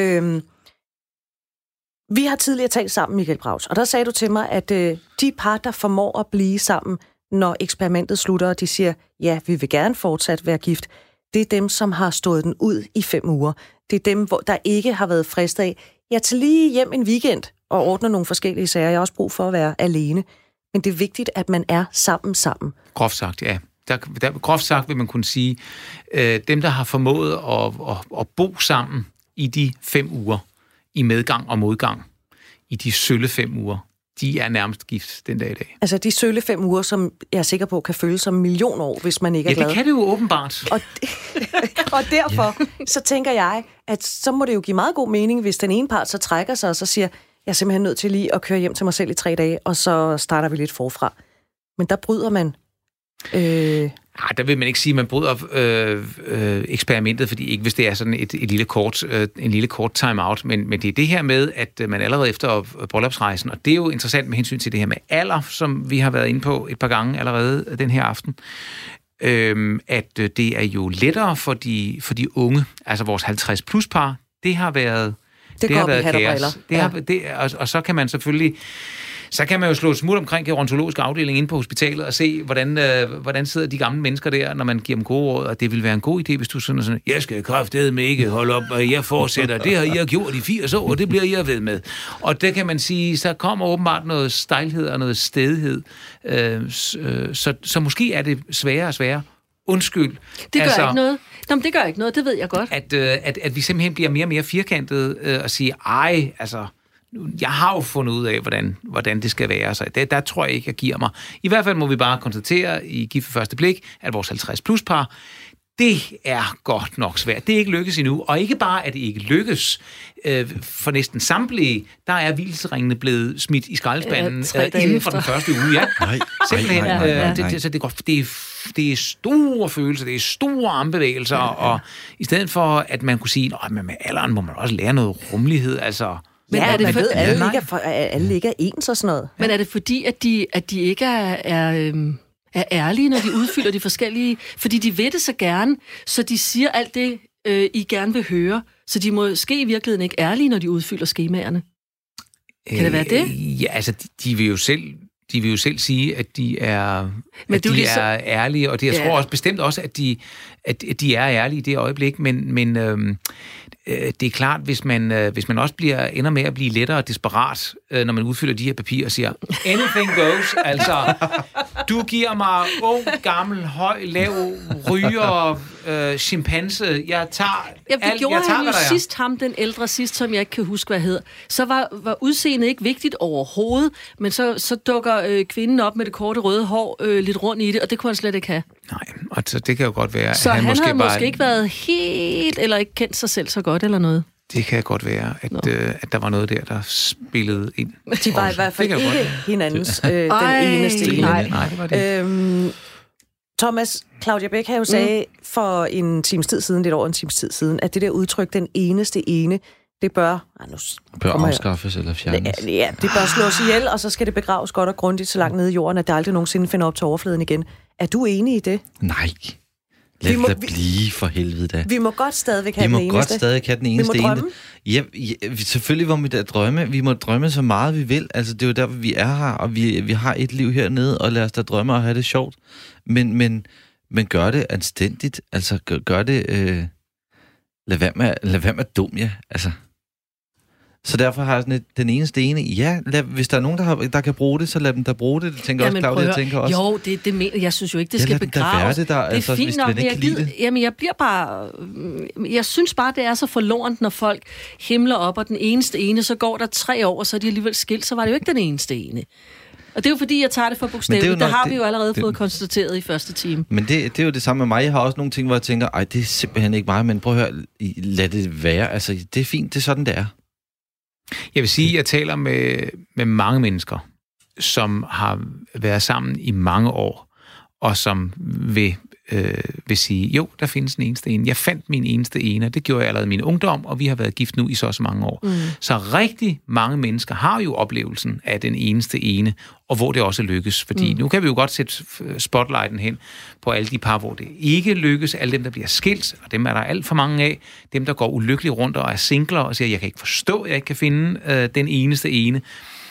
[SPEAKER 1] Vi har tidligere talt sammen, Michael Brautsch, og der sagde du til mig, at de par, der formår at blive sammen, når eksperimentet slutter, og de siger, ja, vi vil gerne fortsat være gift, det er dem, som har stået den ud i 5 uger. Det er dem, hvor der ikke har været fristet af, jeg tager lige hjem en weekend og ordner nogle forskellige sager. Jeg har også brug for at være alene. Men det er vigtigt, at man er sammen.
[SPEAKER 4] Groft sagt, ja. Groft sagt vil man kunne sige, dem, der har formået at bo sammen i de 5 uger, i medgang og modgang, i de sølle 5 uger, de er nærmest gift den dag i dag.
[SPEAKER 1] Altså de sølle 5 uger, som jeg er sikker på, kan føles som 1 million år, hvis man ikke er glad.
[SPEAKER 4] Ja, det kan det jo åbenbart.
[SPEAKER 1] Og derfor, så tænker jeg, at så må det jo give meget god mening, hvis den ene part så trækker sig, og så siger, jeg er simpelthen nødt til lige at køre hjem til mig selv i 3 dage, og så starter vi lidt forfra. Men der bryder man...
[SPEAKER 4] Der vil man ikke sige, at man bryder eksperimentet, fordi ikke hvis det er sådan en lille kort time-out, men det er det her med, at man allerede efter bryllupsrejsen, og det er jo interessant med hensyn til det her med alder, som vi har været inde på et par gange allerede den her aften, at det er jo lettere for de unge, altså vores 50-plus-par, det har været...
[SPEAKER 1] Det har været
[SPEAKER 4] kaos. Og så kan man selvfølgelig... Så kan man jo slå et smut omkring gerontologisk afdeling inde på hospitalet og se, hvordan sidder de gamle mennesker der, når man giver dem gode råd, og det vil være en god idé, hvis du sådan, jeg skal kraftedeme ikke holde op, og jeg fortsætter, det har jeg gjort i 80 år, og det bliver jeg ved med. Og det kan man sige, så kommer åbenbart noget stejlhed og noget stædighed, så måske er det sværere og sværere. Undskyld.
[SPEAKER 3] Det gør ikke noget. Nå, men det gør ikke noget, det ved jeg godt.
[SPEAKER 4] At vi simpelthen bliver mere og mere firkantede og siger, jeg har jo fundet ud af, hvordan det skal være, så der tror jeg ikke, jeg giver mig. I hvert fald må vi bare konstatere i Gift ved første blik, at vores 50-plus-par, det er godt nok svært. Det er ikke lykkes endnu, og ikke bare, at det ikke lykkes. For næsten samtlige, der er hvilseringene blevet smidt i skraldespanden inden for den første uge. Ja.
[SPEAKER 2] Nej.
[SPEAKER 4] Simpelthen. Det er store følelser, det er store armbevægelser, og i stedet for, at man kunne sige, at med alderen må man også lære noget rummelighed, altså...
[SPEAKER 1] Men er det man ved, alle ikke er ens og sådan noget.
[SPEAKER 3] Men er det fordi, at de ikke er ærlige, når de udfylder de forskellige... Fordi de ved det så gerne, så de siger alt det, I gerne vil høre. Så de er måske i virkeligheden ikke ærlige, når de udfylder skemaerne. Kan det være det?
[SPEAKER 4] Ja, altså, de vil jo selv sige, at de er, er ærlige, og det, jeg tror også bestemt også, at de er ærlige i det øjeblik, men det er klart, hvis man også ender med at blive lettere og desperat, når man udfylder de her papirer og siger, anything goes, altså, du giver mig ung, gammel, høj, lav, ryger, chimpanse, jeg tager alt,
[SPEAKER 3] gjorde han jo sidst, ham den ældre sidst, som jeg ikke kan huske, hvad hed. Så var udseendet ikke vigtigt overhovedet, men så dukker kvinden op med det korte røde hår lidt rundt i det, og det kunne han slet ikke have.
[SPEAKER 4] Nej, og så det kan jo godt være,
[SPEAKER 3] så han måske ikke været helt, eller ikke kendt sig selv så godt, eller noget.
[SPEAKER 4] Det kan godt være, at der var noget der spillede ind.
[SPEAKER 1] De var i hvert fald ikke hinandens den eneste ene.
[SPEAKER 4] Nej, det var det.
[SPEAKER 1] Thomas, Claudia Beckhave sagde for en times tid siden, lidt over en times tid siden, at det der udtryk, den eneste ene, det bør
[SPEAKER 2] afskaffes eller fjernes.
[SPEAKER 1] Ja, det bør slås ihjel, og så skal det begraves godt og grundigt så langt nede i jorden, at det aldrig nogensinde finder op til overfladen igen. Er du enig i det?
[SPEAKER 2] Nej. Lad det da blive for helvede da.
[SPEAKER 1] Vi må godt stadigvæk have den eneste.
[SPEAKER 2] Vi må godt stadig have den eneste.
[SPEAKER 1] Vi må drømme.
[SPEAKER 2] Ja, selvfølgelig må vi da drømme. Vi må drømme så meget vi vil. Altså, det er jo derfor, vi er her, og vi har et liv hernede, og lad os da drømme og have det sjovt. Men gør det anstændigt. Altså, gør det... Lad være med dum, ja. Altså... Så derfor har jeg sådan den eneste ene. Ja, hvis der er nogen, der kan bruge det, så lad dem da bruge det. Det tænker også Claudia, tænker også.
[SPEAKER 3] Jo, det mener jeg. Synes jo ikke, det skal begraves.
[SPEAKER 2] Det er fint nok,
[SPEAKER 3] men jeg bliver bare... Jeg synes bare, det er så forlorent, når folk himler op, og den eneste ene, så går der 3 år, og så er de alligevel skilt, så var det jo ikke den eneste ene. Og det er jo fordi, jeg tager det for bogstaveligt. Det har vi jo allerede fået konstateret i første time.
[SPEAKER 2] Men det er jo det samme med mig. Jeg har også nogle ting, hvor jeg tænker, det er simpelthen ikke mig, men prøv at høre, lad det være. Altså, det er fint, det er sådan, det er.
[SPEAKER 4] Jeg vil sige, at jeg taler med mange mennesker, som har været sammen i mange år, og som vil sige, jo, der findes en eneste ene. Jeg fandt min eneste ene, og det gjorde jeg allerede i min ungdom, og vi har været gift nu i så mange år. Så rigtig mange mennesker har jo oplevelsen af den eneste ene, og hvor det også lykkes. Fordi nu kan vi jo godt sætte spotlighten hen på alle de par, hvor det ikke lykkes, alle dem, der bliver skilt, og dem er der alt for mange af, dem, der går ulykkeligt rundt og er singler og siger, jeg kan ikke forstå, at jeg ikke kan finde den eneste ene.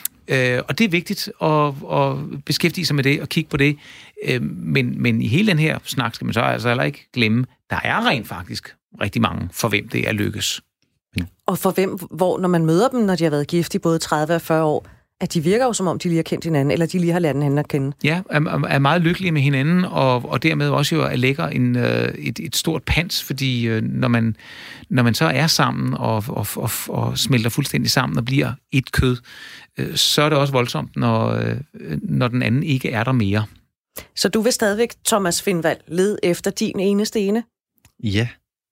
[SPEAKER 4] Og det er vigtigt at beskæftige sig med det og kigge på det. Men i hele den her snak skal man så altså heller ikke glemme, der er rent faktisk rigtig mange, for hvem det er lykkes.
[SPEAKER 1] Og for hvem, hvor når man møder dem, når de har været gift i både 30 og 40 år, at de virker jo som om, de lige har kendt hinanden, eller de lige har lært hinanden at kende.
[SPEAKER 4] Ja, er meget lykkelige med hinanden, og dermed også jo lægger et stort pans, fordi når man så er sammen og smelter fuldstændig sammen og bliver et kød, så er det også voldsomt, når den anden ikke er der mere.
[SPEAKER 1] Så du vil stadigvæk, Thomas Findvald, lede efter din eneste ene?
[SPEAKER 2] Ja,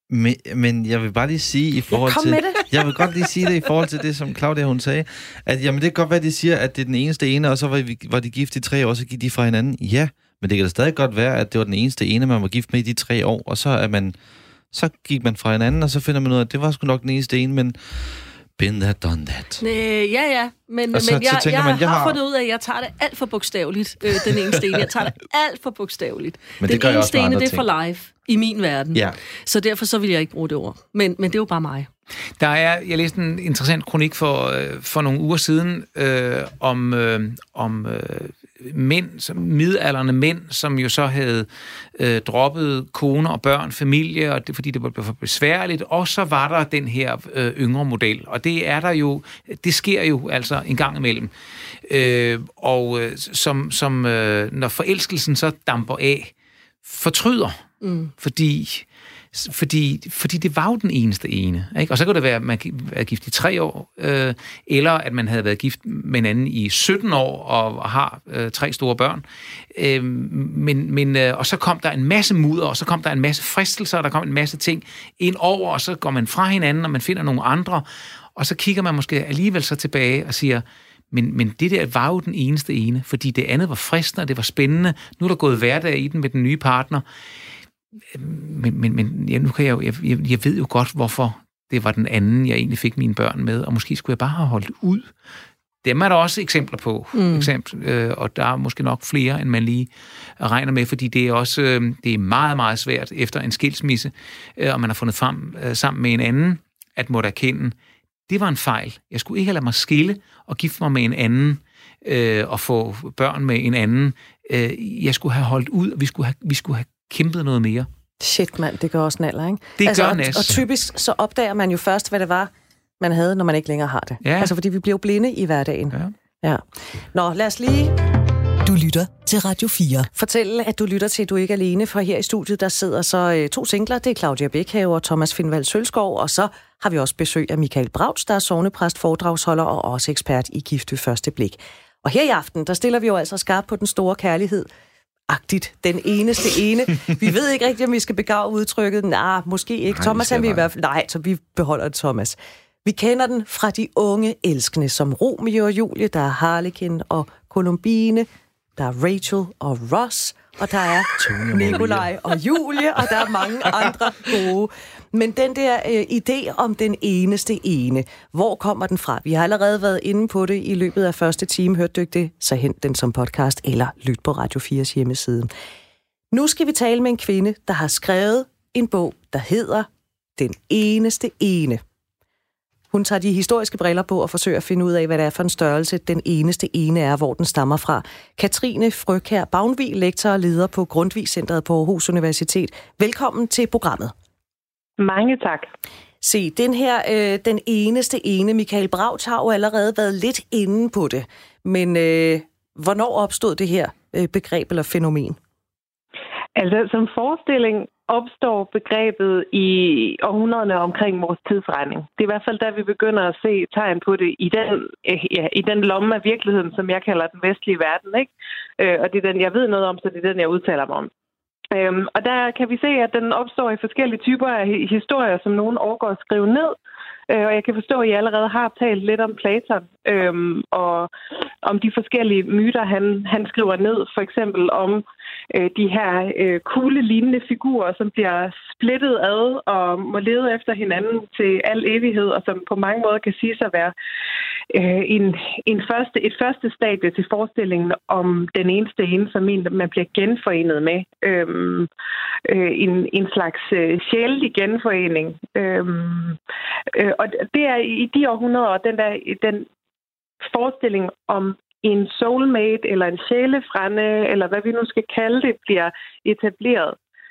[SPEAKER 2] men jeg vil bare lige sige i forhold til... Jeg vil godt lige sige det i forhold til det, som Claudia hun sagde, at jamen, det kan godt være, at de siger, at det er den eneste ene, og så var de gift i 3 år, så gik de fra hinanden. Ja, men det kan da stadig godt være, at det var den eneste ene, man var gift med i de 3 år, og så gik man fra hinanden, og så finder man ud af, at det var sgu nok den eneste ene, men been there, done that.
[SPEAKER 3] Ja, men jeg har fundet ud af, at jeg tager det alt for bogstaveligt, den eneste ene. Jeg tager det alt for bogstaveligt.
[SPEAKER 2] Men
[SPEAKER 3] den eneste ene, det er for live i min verden. Ja. Så derfor så vil jeg ikke bruge det ord. Men det er jo bare mig.
[SPEAKER 4] Jeg læste en interessant kronik for nogle uger siden om mænd, midaldrende mænd, som jo så havde droppet koner og børn, familie, og det, fordi det var for besværligt, og så var der den her yngre model, og det er der jo, det sker jo altså en gang imellem, og som når forelskelsen så damper af, fortryder, fordi det var jo den eneste ene. Ikke? Og så kunne det være, at man var gift i 3 år, eller at man havde været gift med en anden i 17 år og har 3 store børn. Og så kom der en masse mudder, og så kom der en masse fristelser, og der kom en masse ting ind over, og så går man fra hinanden, og man finder nogle andre, og så kigger man måske alligevel så tilbage og siger, men det der var jo den eneste ene, fordi det andet var fristende, og det var spændende. Nu er der gået hverdag i den med den nye partner. Men ja, nu kan jeg ved jo godt, hvorfor det var den anden, jeg egentlig fik mine børn med, og måske skulle jeg bare have holdt ud. Dem er der også eksempler på, og der er måske nok flere, end man lige regner med, fordi det er også det er meget, meget svært efter en skilsmisse, og man har fundet frem sammen med en anden, at måtte erkende, det var en fejl. Jeg skulle ikke have lade mig skille og gifte mig med en anden, og få børn med en anden. Jeg skulle have holdt ud, og vi skulle have kæmpet noget mere.
[SPEAKER 1] Shit, mand, det gør også naller, ikke?
[SPEAKER 4] Det gør nas.
[SPEAKER 1] Og typisk så opdager man jo først, hvad det var, man havde, når man ikke længere har det.
[SPEAKER 4] Ja.
[SPEAKER 1] Altså, fordi vi bliver blinde i hverdagen. Ja. Nå, lad os lige...
[SPEAKER 5] Du lytter til Radio 4.
[SPEAKER 1] Fortæl, at du lytter til, at du ikke er alene, for her i studiet, der sidder så 2 singler. Det er Claudia Bækhave og Thomas Findvald Sølskov, og så har vi også besøg af Michael Brauts, der er sognepræst, foredragsholder og også ekspert i Gift ved første blik. Og her i aften, der stiller vi jo altså skarpt på den store kærlighed. Agtigt. Den eneste ene. Vi ved ikke rigtigt, om vi skal begrave udtrykket. Nej, måske ikke. Thomas han vil i hvert fald... Nej, så vi beholder det, Thomas. Vi kender den fra de unge elskende, som Romeo og Julie, der er Harlekin og Columbine, der er Rachel og Ross, og der er Nikolaj og Julie, og der er mange andre gode. Men den der idé om den eneste ene, hvor kommer den fra? Vi har allerede været inde på det i løbet af første time. Hørte du ikke det? Så hent den som podcast, eller lyt på Radio 4's hjemmeside. Nu skal vi tale med en kvinde, der har skrevet en bog, der hedder Den eneste ene. Hun tager de historiske briller på og forsøger at finde ud af, hvad det er for en størrelse, den eneste ene er, hvor den stammer fra. Katrine Frøkjær Bavnvig, lektor og leder på Grundtvig Centret på Aarhus Universitet. Velkommen til programmet.
[SPEAKER 6] Mange tak.
[SPEAKER 1] Se, den her, den eneste ene, Michael Brauts har jo allerede været lidt inde på det. Men hvornår opstod det her begreb eller fænomen?
[SPEAKER 6] Altså, som forestilling opstår begrebet i århundrederne omkring vores tidsregning. Det er i hvert fald der, vi begynder at se tegn på det i den lomme af virkeligheden, som jeg kalder den vestlige verden, ikke? Og det er den, jeg ved noget om, så det er den, jeg udtaler mig om. Og der kan vi se, at den opstår i forskellige typer af historier, som nogen overgår at skrive ned. Og jeg kan forstå, at I allerede har talt lidt om Platon, og om de forskellige myter, han skriver ned. For eksempel om de her kuglelignende figurer, som bliver splittet ad og må leve efter hinanden til al evighed, og som på mange måder kan sige sig at være et første stadie til forestillingen om den eneste ene, som man bliver genforenet med. En slags sjælelig genforening. Og det er i de århundreder, den forestilling om en soulmate eller en sjælefrænde, eller hvad vi nu skal kalde det, bliver etableret.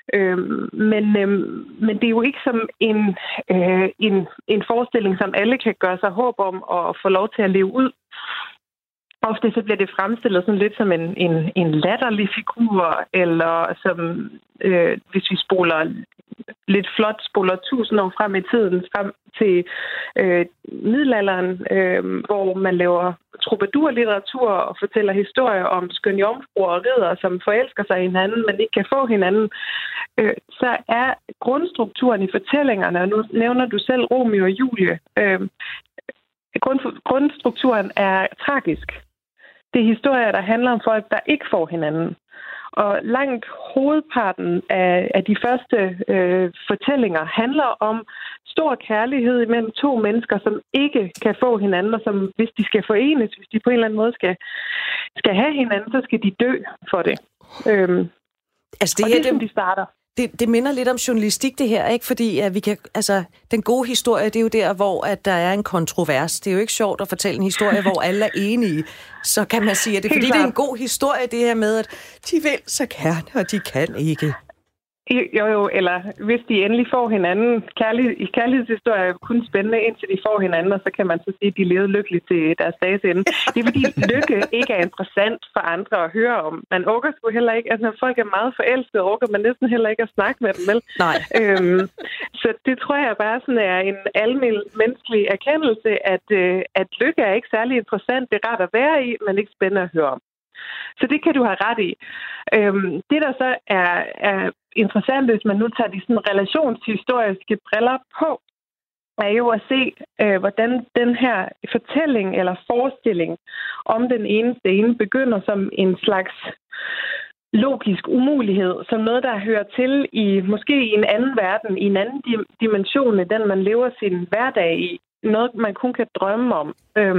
[SPEAKER 6] Men det er jo ikke som en forestilling, som alle kan gøre sig håb om at få lov til at leve ud. Ofte så bliver det fremstillet sådan lidt som en latterlig figur, eller som, hvis vi spoler 1000 år frem i tiden, frem til middelalderen, hvor man laver troubadour-litteratur og fortæller historier om skøn jomfruer og riddere, som forelsker sig i hinanden, men ikke kan få hinanden, så er grundstrukturen i fortællingerne, og nu nævner du selv Romeo og Julie, grundstrukturen er tragisk. Det er historier, der handler om folk, der ikke får hinanden. Og langt hovedparten af de første fortællinger handler om stor kærlighed mellem 2 mennesker, som ikke kan få hinanden, og som, hvis de skal forenes, hvis de på en eller anden måde skal have hinanden, så skal de dø for det.
[SPEAKER 1] Altså det,
[SPEAKER 6] og det er sådan, de starter.
[SPEAKER 1] Det minder lidt om journalistik, det her, ikke? Fordi at vi kan, altså, den gode historie, det er jo der, hvor at der er en kontrovers. Det er jo ikke sjovt at fortælle en historie, hvor alle er enige. Så kan man sige, at det er fordi, det er en god historie, det her med, at de vil så gerne, og de kan ikke.
[SPEAKER 6] Jo, eller hvis de endelig får hinanden. Kærlighedshistorie er kun spændende, indtil de får hinanden, og så kan man så sige, at de levede lykkeligt til deres dages ende. Det er fordi lykke ikke er interessant for andre at høre om. Man orker sgu heller ikke, altså når folk er meget forelskede, orker man næsten heller ikke at snakke med dem, vel?
[SPEAKER 1] Nej.
[SPEAKER 6] Så det tror jeg bare sådan er en almindelig menneskelig erkendelse, at lykke er ikke særlig interessant. Det er rart at være i, men ikke spændende at høre om. Så det kan du have ret i. Det, der så er interessant, hvis man nu tager de sådan relationshistoriske briller på, er jo at se, hvordan den her fortælling eller forestilling om den eneste ene begynder som en slags logisk umulighed, som noget, der hører til i måske i en anden verden, i en anden dimension end den, man lever sin hverdag i. Noget, man kun kan drømme om.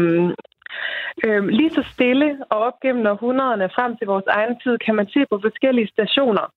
[SPEAKER 6] Lige så stille og op gennem århundrederne frem til vores egen tid, kan man se på forskellige stationer,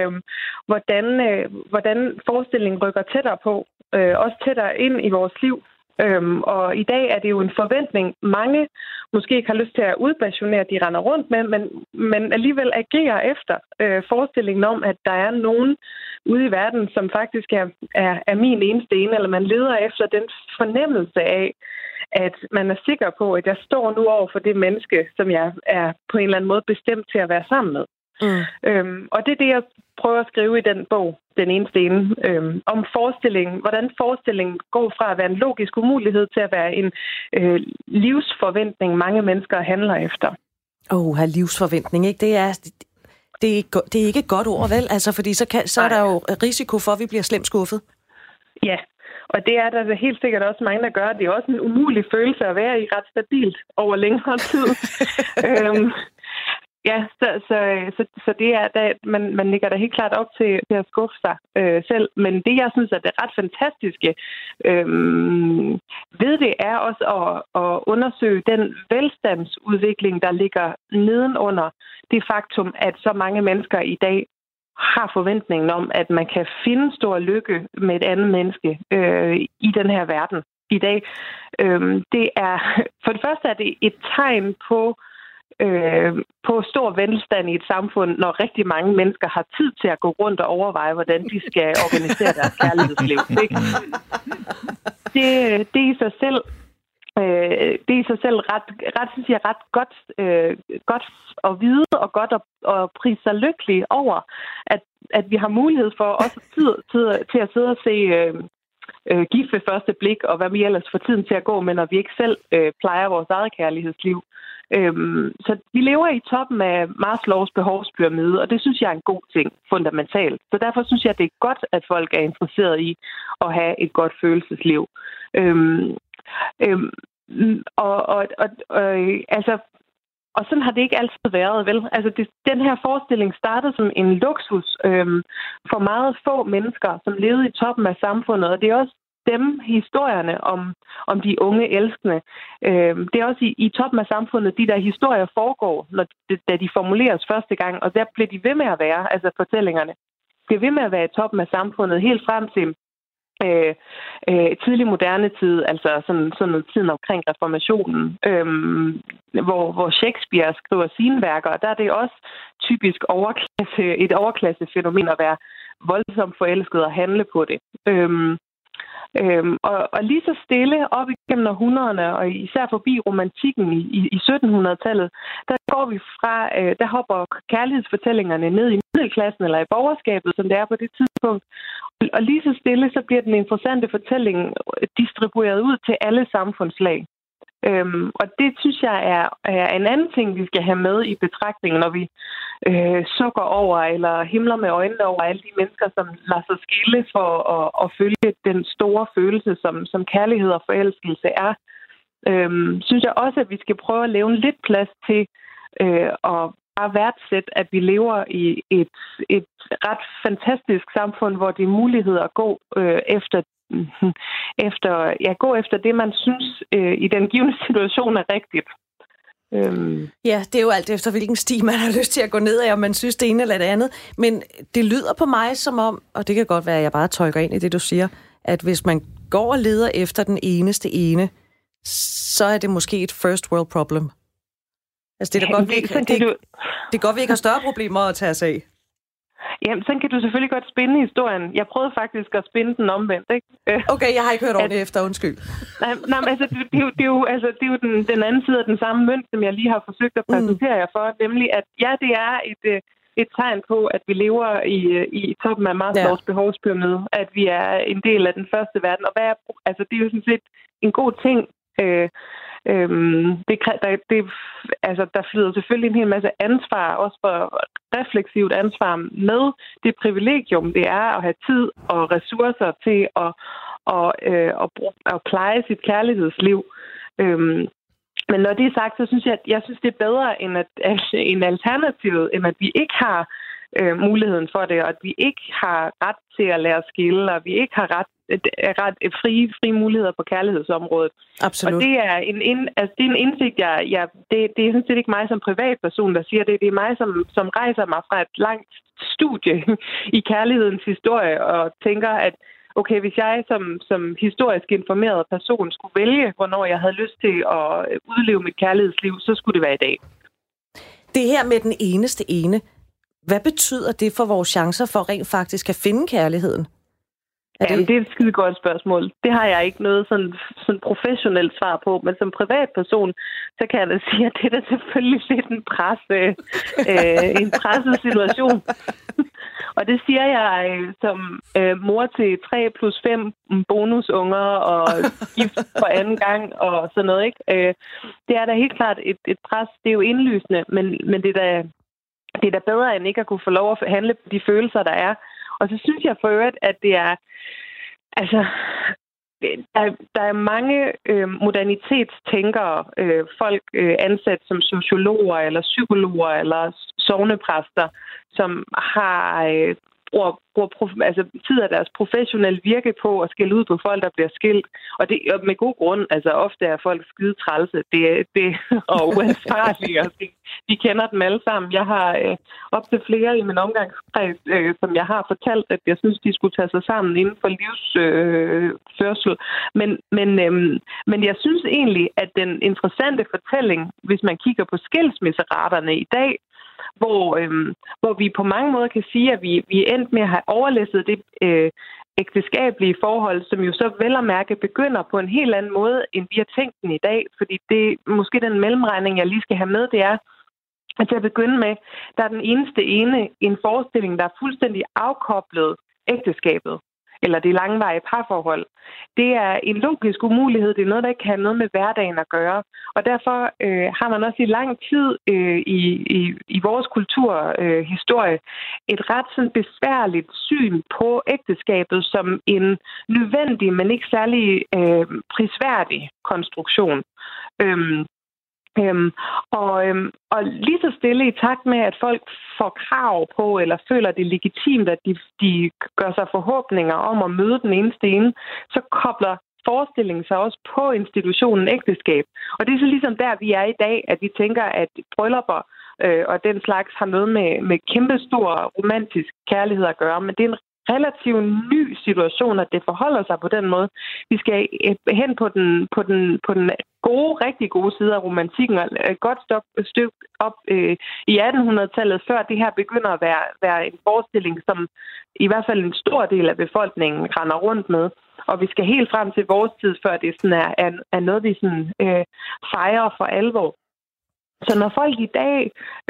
[SPEAKER 6] hvordan forestillingen rykker tættere på, også tættere ind i vores liv. Og i dag er det jo en forventning, mange måske ikke har lyst til at udpassionere, de render rundt med, men alligevel agerer efter forestillingen om, at der er nogen ude i verden, som faktisk er min eneste ene, eller man leder efter den fornemmelse af, at man er sikker på, at jeg står nu over for det menneske, som jeg er på en eller anden måde bestemt til at være sammen med. Og det er det, jeg prøver at skrive i den bog, Den eneste ene, om forestillingen, hvordan forestillingen går fra at være en logisk umulighed til at være en livsforventning, mange mennesker handler efter.
[SPEAKER 1] Her livsforventning, ikke? Det er ikke et godt ord, vel? Altså, fordi så er der jo risiko for, at vi bliver slemt skuffet.
[SPEAKER 6] Ja, og det er der helt sikkert også mange, der gør. Det er også en umulig følelse at være i ret stabilt over længere tid. Ja, så det er, man ligger da helt klart op til at skuffe sig selv. Men det, jeg synes, er det ret fantastiske ved det, er også at undersøge den velstandsudvikling, der ligger nedenunder det faktum, at så mange mennesker i dag har forventningen om, at man kan finde stor lykke med et andet menneske i den her verden i dag. Det er, for det første er det et tegn på stor velstand i et samfund, når rigtig mange mennesker har tid til at gå rundt og overveje, hvordan de skal organisere deres kærlighedsliv. Ikke? Det er i sig selv ret synes jeg, ret godt at vide og godt at prise sig lykkelig over, at vi har mulighed for også tid til at sidde og se gift ved første blik, og hvad vi ellers får tiden til at gå med, når vi ikke selv plejer vores eget kærlighedsliv. Så vi lever i toppen af Maslows behovspyramide, og det synes jeg er en god ting, fundamentalt. Så derfor synes jeg, det er godt, at folk er interesseret i at have et godt følelsesliv. Og sådan har det ikke altid været, vel? Altså, den her forestilling startede som en luksus for meget få mennesker, som levede i toppen af samfundet, og det er også dem, historierne om de unge elskende. Det er også i toppen af samfundet, de der historier foregår, da de formuleres første gang, og der bliver de ved med at være, altså fortællingerne, bliver ved med at være i toppen af samfundet, helt frem til tidlig moderne tid, altså sådan noget tiden omkring reformationen, hvor Shakespeare skriver sine værker, og der er det også typisk et overklassefænomen at være voldsomt forelsket og handle på det. Og lige så stille op igennem århundrederne, og især forbi romantikken i 1700-tallet, der hopper kærlighedsfortællingerne ned i middelklassen eller i borgerskabet, som det er på det tidspunkt. Og lige så stille, så bliver den interessante fortælling distribueret ud til alle samfundslag. Og det synes jeg er en anden ting, vi skal have med i betragtningen, når vi sukker over eller himler med øjnene over alle de mennesker, som lader sig skille for at følge den store følelse, som kærlighed og forelskelse er. Synes jeg også, at vi skal prøve at lave lidt plads til at bare værdsætte, at vi lever i et ret fantastisk samfund, hvor det er mulighed at gå efter det, man synes i den givne situation er rigtigt.
[SPEAKER 1] Ja, det er jo alt efter, hvilken sti man har lyst til at gå ned af, om man synes det ene eller det andet. Men det lyder på mig som om, og det kan godt være, at jeg bare trykker ind i det, du siger, at hvis man går og leder efter den eneste ene, så er det måske et first world problem. Altså, det er godt, det er godt, vi ikke har større problemer at tage os af.
[SPEAKER 6] Jamen, sådan kan du selvfølgelig godt spinde historien. Jeg prøvede faktisk at spinde den omvendt, ikke?
[SPEAKER 1] Okay, jeg har ikke hørt ordentligt efter, undskyld.
[SPEAKER 6] Nej, men altså, det er jo den anden side af den samme mønt, som jeg lige har forsøgt at præsentere jer for, nemlig at ja, det er et tegn på, at vi lever i toppen af Maslows behovspyramide, at vi er en del af den første verden, og det er jo sådan set en god ting. Der flyder selvfølgelig en hel masse ansvar, også for refleksivt ansvar med det privilegium, det er at have tid og ressourcer til at pleje sit kærlighedsliv. Men når det er sagt, så synes jeg synes, det er bedre end alternativet, end at vi ikke har muligheden for det, og at vi ikke har ret til at lære skille, og vi ikke har ret frie muligheder på kærlighedsområdet.
[SPEAKER 1] Absolut.
[SPEAKER 6] Og det er en indsigt, det er sådan set ikke mig som privatperson, der siger det. Det er mig, som rejser mig fra et langt studie i kærlighedens historie, og tænker, at okay, hvis jeg som historisk informeret person skulle vælge, hvornår jeg havde lyst til at udleve mit kærlighedsliv, så skulle det være i dag.
[SPEAKER 1] Det her med den eneste ene, hvad betyder det for vores chancer for rent faktisk at finde kærligheden?
[SPEAKER 6] Det er et skide godt spørgsmål. Det har jeg ikke noget sådan professionelt svar på, men som privatperson, så kan jeg da sige, at det er da selvfølgelig lidt en presset situation. Og det siger jeg som mor til 3+5 bonusunger og gift for anden gang og sådan noget, ikke? Det er da helt klart et pres. Det er jo indlysende, men det er da bedre end ikke at kunne få lov at handle på de følelser, der er. Og så synes jeg for øvrigt, at det er... Altså, der er mange modernitetstænkere, folk ansat som sociologer eller psykologer eller sognepræster, som har bruger tid af deres professionelle virke på at skælde ud på folk, der bliver skilt. Og det med god grund, altså ofte er folk skide trælse. Det og uansvarlige, og de kender dem alle sammen. Jeg har op til flere i min omgangskreds, som jeg har fortalt, at jeg synes, de skulle tage sig sammen inden for livsførsel. Men jeg synes egentlig, at den interessante fortælling, hvis man kigger på skilsmisseraterne i dag, hvor vi på mange måder kan sige, at vi er endt med at have overlæsset det ægteskabelige forhold, som jo så vel at mærke begynder på en helt anden måde, end vi har tænkt den i dag. Fordi det måske den mellemregning, jeg lige skal have med, det er, at til at begynde med, der er den eneste en forestilling, der er fuldstændig afkoblet ægteskabet, eller det langvarige parforhold. Det er en logisk umulighed. Det er noget, der ikke har noget med hverdagen at gøre. Og derfor har man også i lang tid i vores kulturhistorie et ret sådan besværligt syn på ægteskabet som en nødvendig, men ikke særlig prisværdig konstruktion. Og lige så stille i takt med, at folk får krav på, eller føler det legitimt, at de gør sig forhåbninger om at møde den eneste ene, så kobler forestillingen sig også på institutionen ægteskab. Og det er så ligesom der, vi er i dag, at vi tænker, at bryllupper og den slags har noget med kæmpestor romantisk kærlighed at gøre, men det er en relativt ny situation, at det forholder sig på den måde. Vi skal hen på den rigtig gode side af romantikken, og et godt stykke op i 1800-tallet, før det her begynder at være en forestilling, som i hvert fald en stor del af befolkningen render rundt med. Og vi skal helt frem til vores tid, før det sådan er noget, vi sådan, fejrer for alvor. Så når folk i dag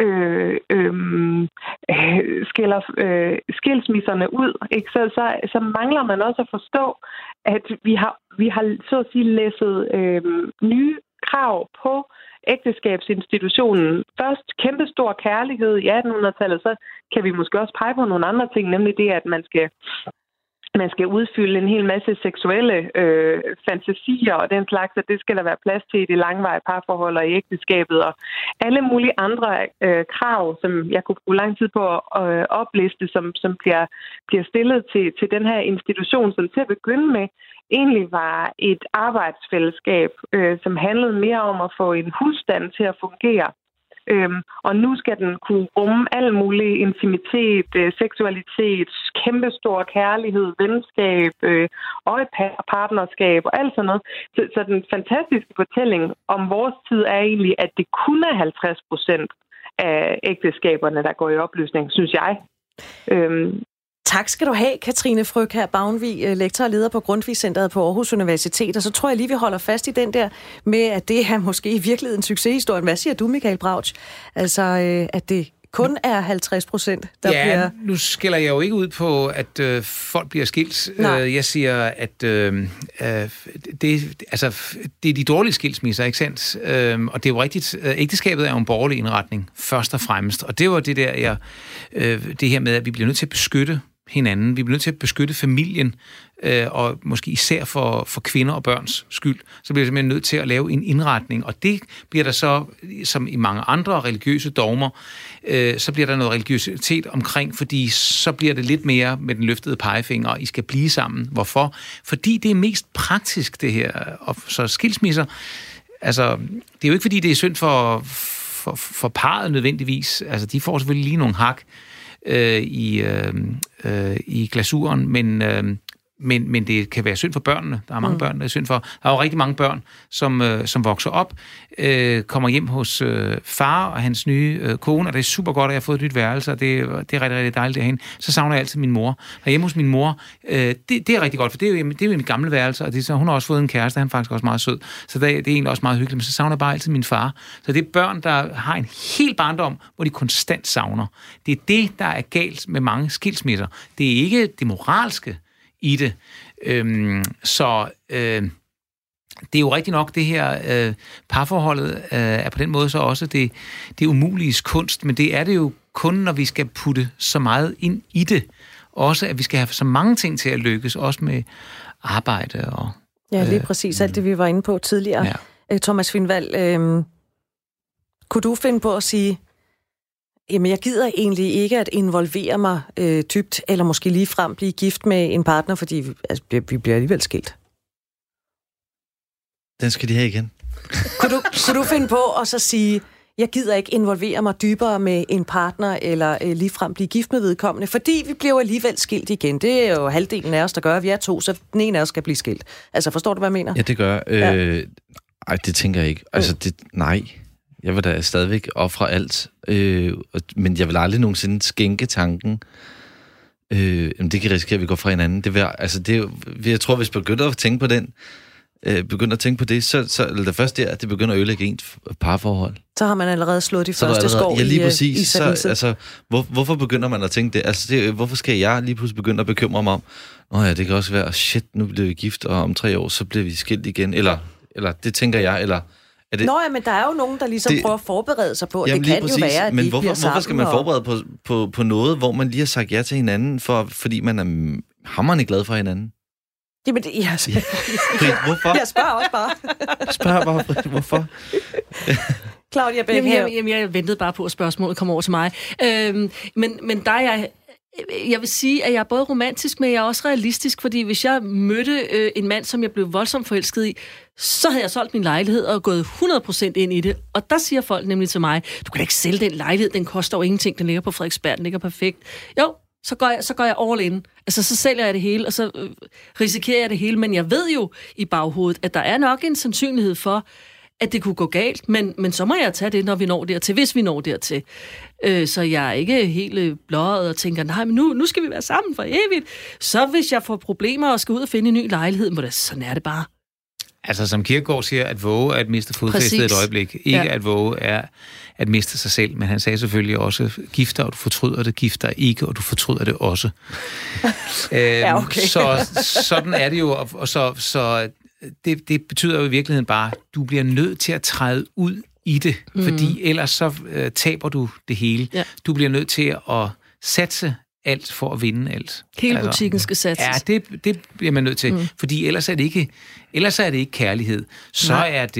[SPEAKER 6] skiller skilsmisserne ud, ikke, så mangler man også at forstå, at vi har så at sige læsset nye krav på ægteskabsinstitutionen. Først kæmpestor kærlighed i 1800-tallet, så kan vi måske også pege på nogle andre ting, nemlig det, at man skal udfylde en hel masse seksuelle fantasier og den slags, at det skal der være plads til i det langvarige parforhold og i ægteskabet, og alle mulige andre krav, som jeg kunne bruge lang tid på at opliste, som bliver stillet til den her institution, som til at begynde med egentlig var et arbejdsfællesskab, som handlede mere om at få en husstand til at fungere. Og nu skal den kunne rumme al mulig intimitet, seksualitet, kæmpestor kærlighed, venskab og et partnerskab og alt sådan noget. Så den fantastiske fortælling om vores tid er egentlig, at det kun er 50% af ægteskaberne, der går i opløsning, synes jeg.
[SPEAKER 1] Tak skal du have, Katrine Frøkjær Bavnvig, lektor og leder på Grundtvig-centret på Aarhus Universitet. Og så tror jeg lige, vi holder fast i den der med, at det er måske i virkeligheden en succeshistorie. Hvad siger du, Michael Brautsch? Altså, at det kun er 50%, der bliver...
[SPEAKER 4] Ja, nu skiller jeg jo ikke ud på, at folk bliver skilt. Jeg siger, at det er de dårlige skilsmisser, ikke sandt? Og det er jo rigtigt. Ægteskabet er jo en borgerlig indretning, først og fremmest. Og det var det der, det her med, at vi bliver nødt til at beskytte hinanden. Vi bliver nødt til at beskytte familien, og måske især for kvinder og børns skyld. Så bliver vi simpelthen nødt til at lave en indretning, og det bliver der så, som i mange andre religiøse dogmer, så bliver der noget religiøsitet omkring, fordi så bliver det lidt mere med den løftede pegefinger, og I skal blive sammen. Hvorfor? Fordi det er mest praktisk, det her. Og så skilsmisser, altså, det er jo ikke, fordi det er synd for parret nødvendigvis. Altså, de får selvfølgelig lige nogle hak i glasuren, men det kan være synd for børnene. Der er mange børn, der er synd for. Der er jo rigtig mange børn, som vokser op, kommer hjem hos far og hans nye kone, og det er super godt, at jeg har fået et nyt værelse, og det er rigtig, rigtig dejligt derhen. Så savner jeg altid min mor. Og hjemme hos min mor, det er rigtig godt, for det er jo mit gamle værelse, og så hun har også fået en kæreste, han er faktisk også meget sød. Så det er egentlig også meget hyggeligt, men så savner jeg bare altid min far. Så det er børn, der har en hel barndom, hvor de konstant savner. Det er det, der er galt med mange skilsmisser. Det er ikke det moralske i det. Det er jo rigtig nok, det her parforholdet er på den måde så også det umuliges kunst, men det er det jo kun, når vi skal putte så meget ind i det. Også, at vi skal have så mange ting til at lykkes, også med arbejde og...
[SPEAKER 1] Ja, lige præcis alt det, vi var inde på tidligere. Ja. Thomas Finvald, kunne du finde på at sige, jamen, jeg gider egentlig ikke at involvere mig dybt, eller måske ligefrem blive gift med en partner, fordi vi bliver alligevel skilt?
[SPEAKER 2] Den skal de have igen.
[SPEAKER 1] Kunne du finde på at så sige, jeg gider ikke involvere mig dybere med en partner, eller ligefrem blive gift med vedkommende, fordi vi bliver alligevel skilt igen. Det er jo halvdelen af os, der gør, at vi er to, så den ene af os skal blive skilt. Altså, forstår du, hvad jeg mener?
[SPEAKER 2] Ja, det gør. Ej, det tænker jeg ikke. Altså, nej. Jeg vil da stadigvæk ofre alt, men jeg vil aldrig nogensinde skænke tanken. Det kan risikere, at vi går fra hinanden. Jeg tror, hvis vi begynder at tænke på det, så eller det første er, at det begynder at ødelægge ens parforhold.
[SPEAKER 1] Så har man allerede slået de første skår i
[SPEAKER 2] så hvorfor begynder man at tænke det? Altså, hvorfor skal jeg lige pludselig begynde at bekymre mig om, det kan også være, shit, nu bliver vi gift, og om 3 år, så bliver vi skilt igen. Eller det tænker jeg, eller...
[SPEAKER 1] Nå ja, men der er jo nogen, der ligesom prøver at forberede sig på,
[SPEAKER 2] jamen,
[SPEAKER 1] det kan præcis, jo være, at
[SPEAKER 2] men
[SPEAKER 1] de bliver sammen.
[SPEAKER 2] Hvorfor skal man forberede på noget, hvor man lige har sagt ja til hinanden, fordi man er hamrende glad for hinanden?
[SPEAKER 1] Jamen,
[SPEAKER 2] hvorfor?
[SPEAKER 1] Jeg spørger også bare.
[SPEAKER 2] Spørg bare, hvorfor?
[SPEAKER 1] Claudia Bækhav.
[SPEAKER 3] Jamen, jeg ventede bare på, at spørgsmålet kom over til mig. Men der er jeg vil sige, at jeg er både romantisk, men jeg er også realistisk, fordi hvis jeg mødte en mand, som jeg blev voldsomt forelsket i, så havde jeg solgt min lejlighed og gået 100% ind i det. Og der siger folk nemlig til mig, du kan da ikke sælge den lejlighed, den koster jo ingenting, den ligger på Frederiksberg, den ligger perfekt. Jo, så går jeg all in. Altså, så sælger jeg det hele, og så risikerer jeg det hele, men jeg ved jo i baghovedet, at der er nok en sandsynlighed for, at det kunne gå galt, men så må jeg tage det, når vi når dertil, hvis vi når dertil. Så jeg er ikke helt blåret og tænker, nej, men nu skal vi være sammen for evigt. Så hvis jeg får problemer og skal ud og finde en ny lejlighed, sådan er det bare.
[SPEAKER 4] Altså, som Kierkegaard siger, at våge er at miste fodfæstet et øjeblik. Ikke at våge er at miste sig selv, men han sagde selvfølgelig også, gifter, og du fortryder det, gifter ikke, og du fortryder det også.
[SPEAKER 1] Ja, okay.
[SPEAKER 4] Så sådan er det jo, og så det betyder jo i virkeligheden bare, at du bliver nødt til at træde ud i det, fordi ellers så taber du det hele. Ja. Du bliver nødt til at satse alt for at vinde alt.
[SPEAKER 3] Hele butikken skal satses.
[SPEAKER 4] Ja, det bliver man nødt til, fordi ellers er det ikke kærlighed. Så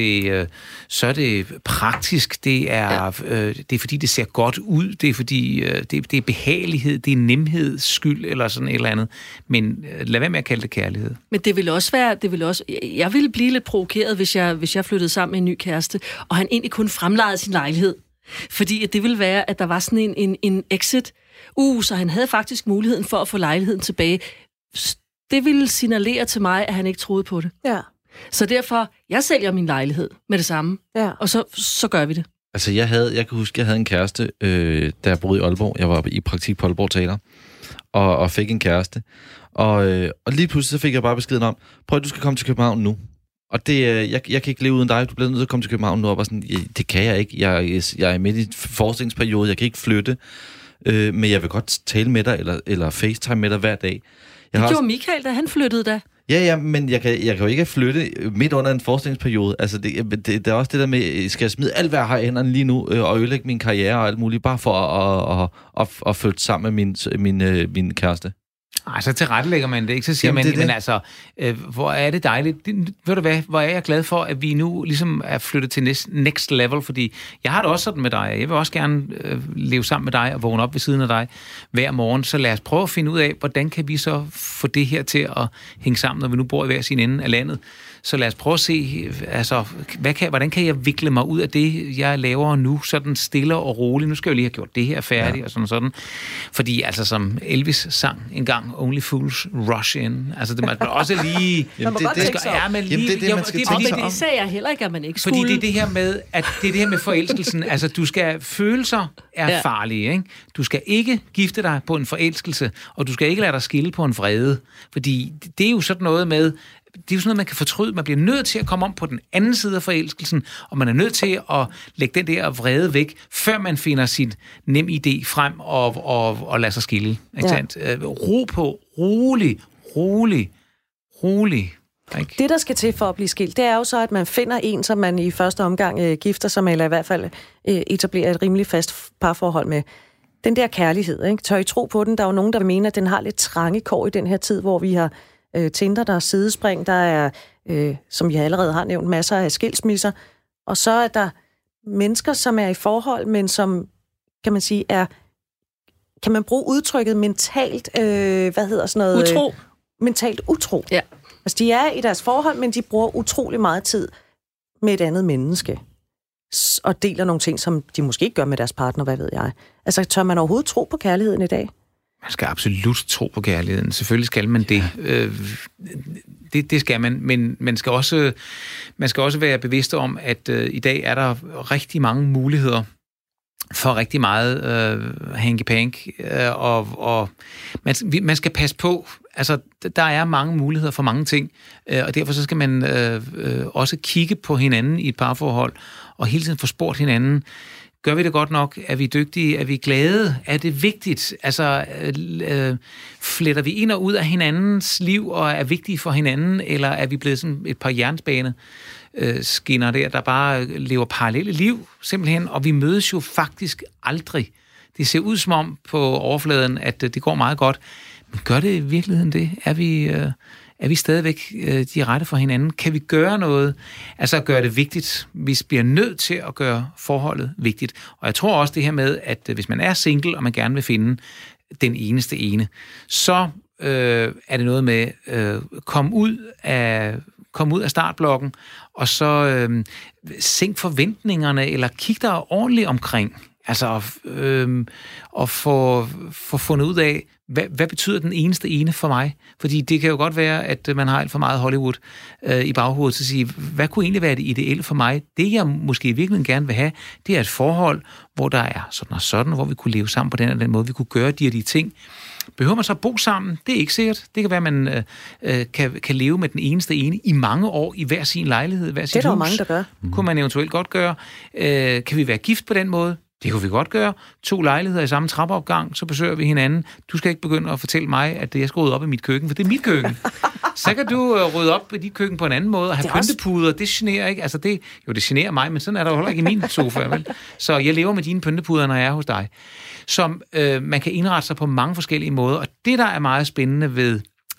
[SPEAKER 4] er det praktisk, det er fordi det ser godt ud, det er fordi det er behagelighed, det er nemhed, skyld eller sådan et eller andet. Men lad være med at kalde det kærlighed.
[SPEAKER 3] Men det vil også jeg ville blive lidt provokeret, hvis jeg flyttede sammen med en ny kæreste, og han egentlig kun fremlejede sin lejlighed. Fordi det ville være, at der var sådan en exit. Så han havde faktisk muligheden for at få lejligheden tilbage. Det ville signalere til mig, at han ikke troede på det.
[SPEAKER 1] Ja.
[SPEAKER 3] Så derfor, jeg sælger min lejlighed med det samme. Ja. Og så gør vi det.
[SPEAKER 2] Altså, jeg kan huske, jeg havde en kæreste, da jeg boede i Aalborg. Jeg var i praktik på Aalborg Teater, og fik en kæreste. Og lige pludselig så fik jeg bare beskeden om, prøv at du skal komme til København nu. Og det, jeg kan ikke leve uden dig. Du bliver nødt til at komme til København nu. Og var sådan, det kan jeg ikke. Jeg er midt i en forskningsperiode. Jeg kan ikke flytte. Men jeg vil godt tale med dig, eller FaceTime med dig hver dag.
[SPEAKER 3] Det gjorde Michael, da han flyttede da.
[SPEAKER 2] Ja, men jeg kan jo ikke flytte midt under en forskningsperiode. Altså, det er også det der med, skal jeg smide alt, hvad jeg har i hænderne lige nu, og ødelægge min karriere og alt muligt, bare for at flytte sammen med min kæreste?
[SPEAKER 4] Nej, så tilrettelægger man det, ikke? Så siger man, men altså, hvor er det dejligt. Ved du hvad, hvor er jeg glad for, at vi nu ligesom er flyttet til next level, fordi jeg har det også sådan med dig. Jeg vil også gerne leve sammen med dig og vågne op ved siden af dig hver morgen. Så lad os prøve at finde ud af, hvordan kan vi så få det her til at hænge sammen, når vi nu bor i hver sin ende af landet. Så lad os prøve at se, altså, hvordan kan jeg vikle mig ud af det, jeg laver nu, sådan stille og roligt. Nu skal jeg jo lige have gjort det her færdigt, og sådan. Fordi, altså, som Elvis sang engang, Only Fools Rush In. Altså, det man også lige...
[SPEAKER 3] Det sagde jeg heller ikke, at man ikke skulle.
[SPEAKER 4] Fordi det er det her med forelskelsen. Altså, følelser er farlige, ikke? Du skal ikke gifte dig på en forelskelse, og du skal ikke lade dig skille på en vrede. Fordi det er jo sådan noget med... Det er jo sådan noget, man kan fortryde. Man bliver nødt til at komme om på den anden side af forelskelsen, og man er nødt til at lægge den der vrede væk, før man finder sin nem idé frem og lader sig skille. Ikke sandt? Ro på. Rolig. Ikke?
[SPEAKER 1] Det, der skal til for at blive skilt, det er jo så, at man finder en, som man i første omgang gifter sig med, eller i hvert fald etablerer et rimelig fast parforhold med. Den der kærlighed, ikke? Tør I tro på den? Der er jo nogen, der mener, at den har lidt trange kår i den her tid, hvor vi har Tinder, der er sidespring, der er, som jeg allerede har nævnt, masser af skilsmisser, og så er der mennesker, som er i forhold, men som, kan man sige, kan man bruge udtrykket mentalt,
[SPEAKER 3] utro.
[SPEAKER 1] Mentalt utro.
[SPEAKER 3] Ja.
[SPEAKER 1] Altså, de er i deres forhold, men de bruger utrolig meget tid med et andet menneske, og deler nogle ting, som de måske ikke gør med deres partner, hvad ved jeg. Altså, tør man overhovedet tro på kærligheden i dag?
[SPEAKER 4] Man skal absolut tro på kærligheden. Selvfølgelig skal man det. Det skal man, men man skal også være bevidst om, at i dag er der rigtig mange muligheder for rigtig meget hanky-pank, og man skal passe på. Altså, der er mange muligheder for mange ting, og derfor så skal man også kigge på hinanden i et parforhold, og hele tiden få spurgt hinanden, gør vi det godt nok? Er vi dygtige? Er vi glade? Er det vigtigt? Altså, fletter vi ind og ud af hinandens liv og er vigtige for hinanden, eller er vi blevet sådan et par jernbane skinner der bare lever parallelle liv, simpelthen, og vi mødes jo faktisk aldrig. Det ser ud som om på overfladen, at det går meget godt, men gør det i virkeligheden det? Er vi stadigvæk de rette for hinanden? Kan vi gøre noget? Altså at gøre det vigtigt. Vi bliver nødt til at gøre forholdet vigtigt. Og jeg tror også det her med, at hvis man er single, og man gerne vil finde den eneste ene, så er det noget med komme ud af startblokken, og så sænk forventningerne, eller kig der ordentligt omkring. Altså at få fundet ud af, hvad betyder den eneste ene for mig? Fordi det kan jo godt være, at man har alt for meget Hollywood i baghovedet til at sige, hvad kunne egentlig være det ideelle for mig? Det, jeg måske virkelig gerne vil have, det er et forhold, hvor der er sådan og sådan, hvor vi kunne leve sammen på den og den måde, vi kunne gøre de og de ting. Behøver man så at bo sammen? Det er ikke sikkert. Det kan være, at man kan leve med den eneste ene i mange år i hver sin lejlighed, hver sit hus.
[SPEAKER 1] Det er der mange, der gør.
[SPEAKER 4] Kunne man eventuelt godt gøre. Kan vi være gift på den måde? Det kunne vi godt gøre. 2 lejligheder i samme trappeopgang, så besøger vi hinanden. Du skal ikke begynde at fortælle mig, at jeg skal rydde op i mit køkken, for det er mit køkken. Så kan du rydde op i dit køkken på en anden måde og have pyntepuder. Det generer ikke. Altså det generer mig, men sådan er der jo heller ikke i min sofa, vel? Så jeg lever med dine pyntepuder, når jeg er hos dig. Som man kan indrette sig på mange forskellige måder. Og det, der er meget spændende ved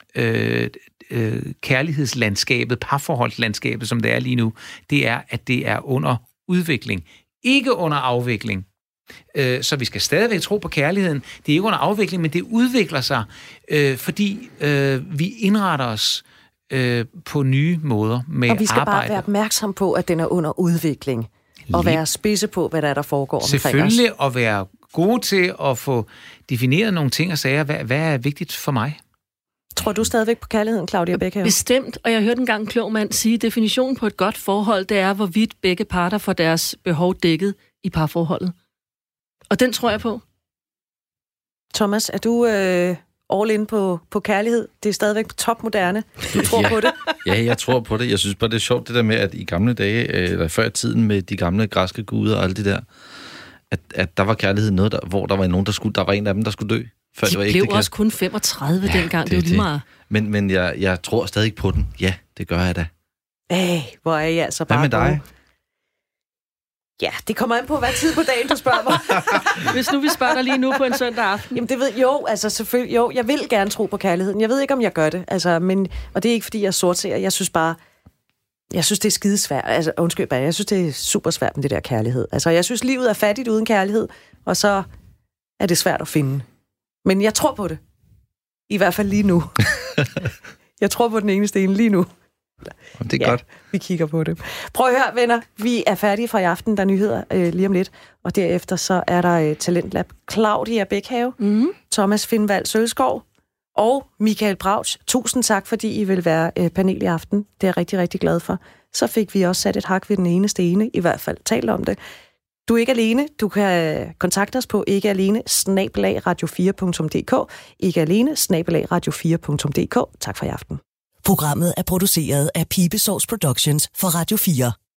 [SPEAKER 4] kærlighedslandskabet, parforholdslandskabet, som det er lige nu, det er, at det er under udvikling. Ikke under afvikling. Så vi skal stadigvæk tro på kærligheden. Det er ikke under afvikling, men det udvikler sig, fordi vi indretter os på nye måder med arbejde.
[SPEAKER 1] Og vi skal bare være opmærksom på, at den er under udvikling. Og være spidse på, hvad der foregår omkring os.
[SPEAKER 4] Selvfølgelig, og være gode til at få defineret nogle ting og sager. Hvad er vigtigt for mig?
[SPEAKER 1] Tror du stadigvæk på kærligheden, Claudia Bæk?
[SPEAKER 3] Bestemt, og jeg hørte engang en klog mand sige, at definitionen på et godt forhold, det er, hvorvidt begge parter får deres behov dækket i parforholdet. Og den tror jeg på.
[SPEAKER 1] Thomas, er du all in på kærlighed? Det er stadigvæk topmoderne. Du tror på det?
[SPEAKER 2] Ja, jeg tror på det. Jeg synes bare, det er sjovt det der med, at i gamle dage, eller før i tiden med de gamle græske guder og alt det der, at der var kærlighed noget, hvor der var nogen, der var en af dem, der skulle dø. Før
[SPEAKER 3] de
[SPEAKER 2] det var
[SPEAKER 3] blev også kun 35 dengang, det var lige meget.
[SPEAKER 2] Men jeg tror stadig på den. Ja, det gør jeg da.
[SPEAKER 1] Hvor er I altså bare.
[SPEAKER 2] Hvad med dig?
[SPEAKER 1] Ja, det kommer an på, hvad tid på dagen, du spørger mig.
[SPEAKER 3] Hvis nu vi spørger dig lige nu på en søndag aften.
[SPEAKER 1] Jamen, selvfølgelig, jeg vil gerne tro på kærligheden. Jeg ved ikke, om jeg gør det. Altså, og det er ikke, fordi jeg er sortseer. Jeg synes, det er skidesvært. Altså, undskyld, jeg synes, det er super svært med det der kærlighed. Altså, jeg synes, livet er fattigt uden kærlighed, og så er det svært at finde. Men jeg tror på det. I hvert fald lige nu. Jeg tror på den eneste ene lige nu.
[SPEAKER 2] Det er godt.
[SPEAKER 1] Vi kigger på det. Prøv at høre, venner. Vi er færdige fra i aften. Der er nyheder lige om lidt. Og derefter så er der Talentlab. Claudia Bækhave, Thomas Findvald Sølskov og Michael Brauch. Tusind tak, fordi I vil være panel i aften. Det er jeg rigtig, rigtig glad for. Så fik vi også sat et hak ved den eneste ene. I hvert fald talt om det. Du er ikke alene. Du kan kontakte os på ikkealene@radio4.dk. ikkealene@radio4.dk. Tak for i aften.
[SPEAKER 5] Programmet er produceret af Pibesovs Productions for Radio 4.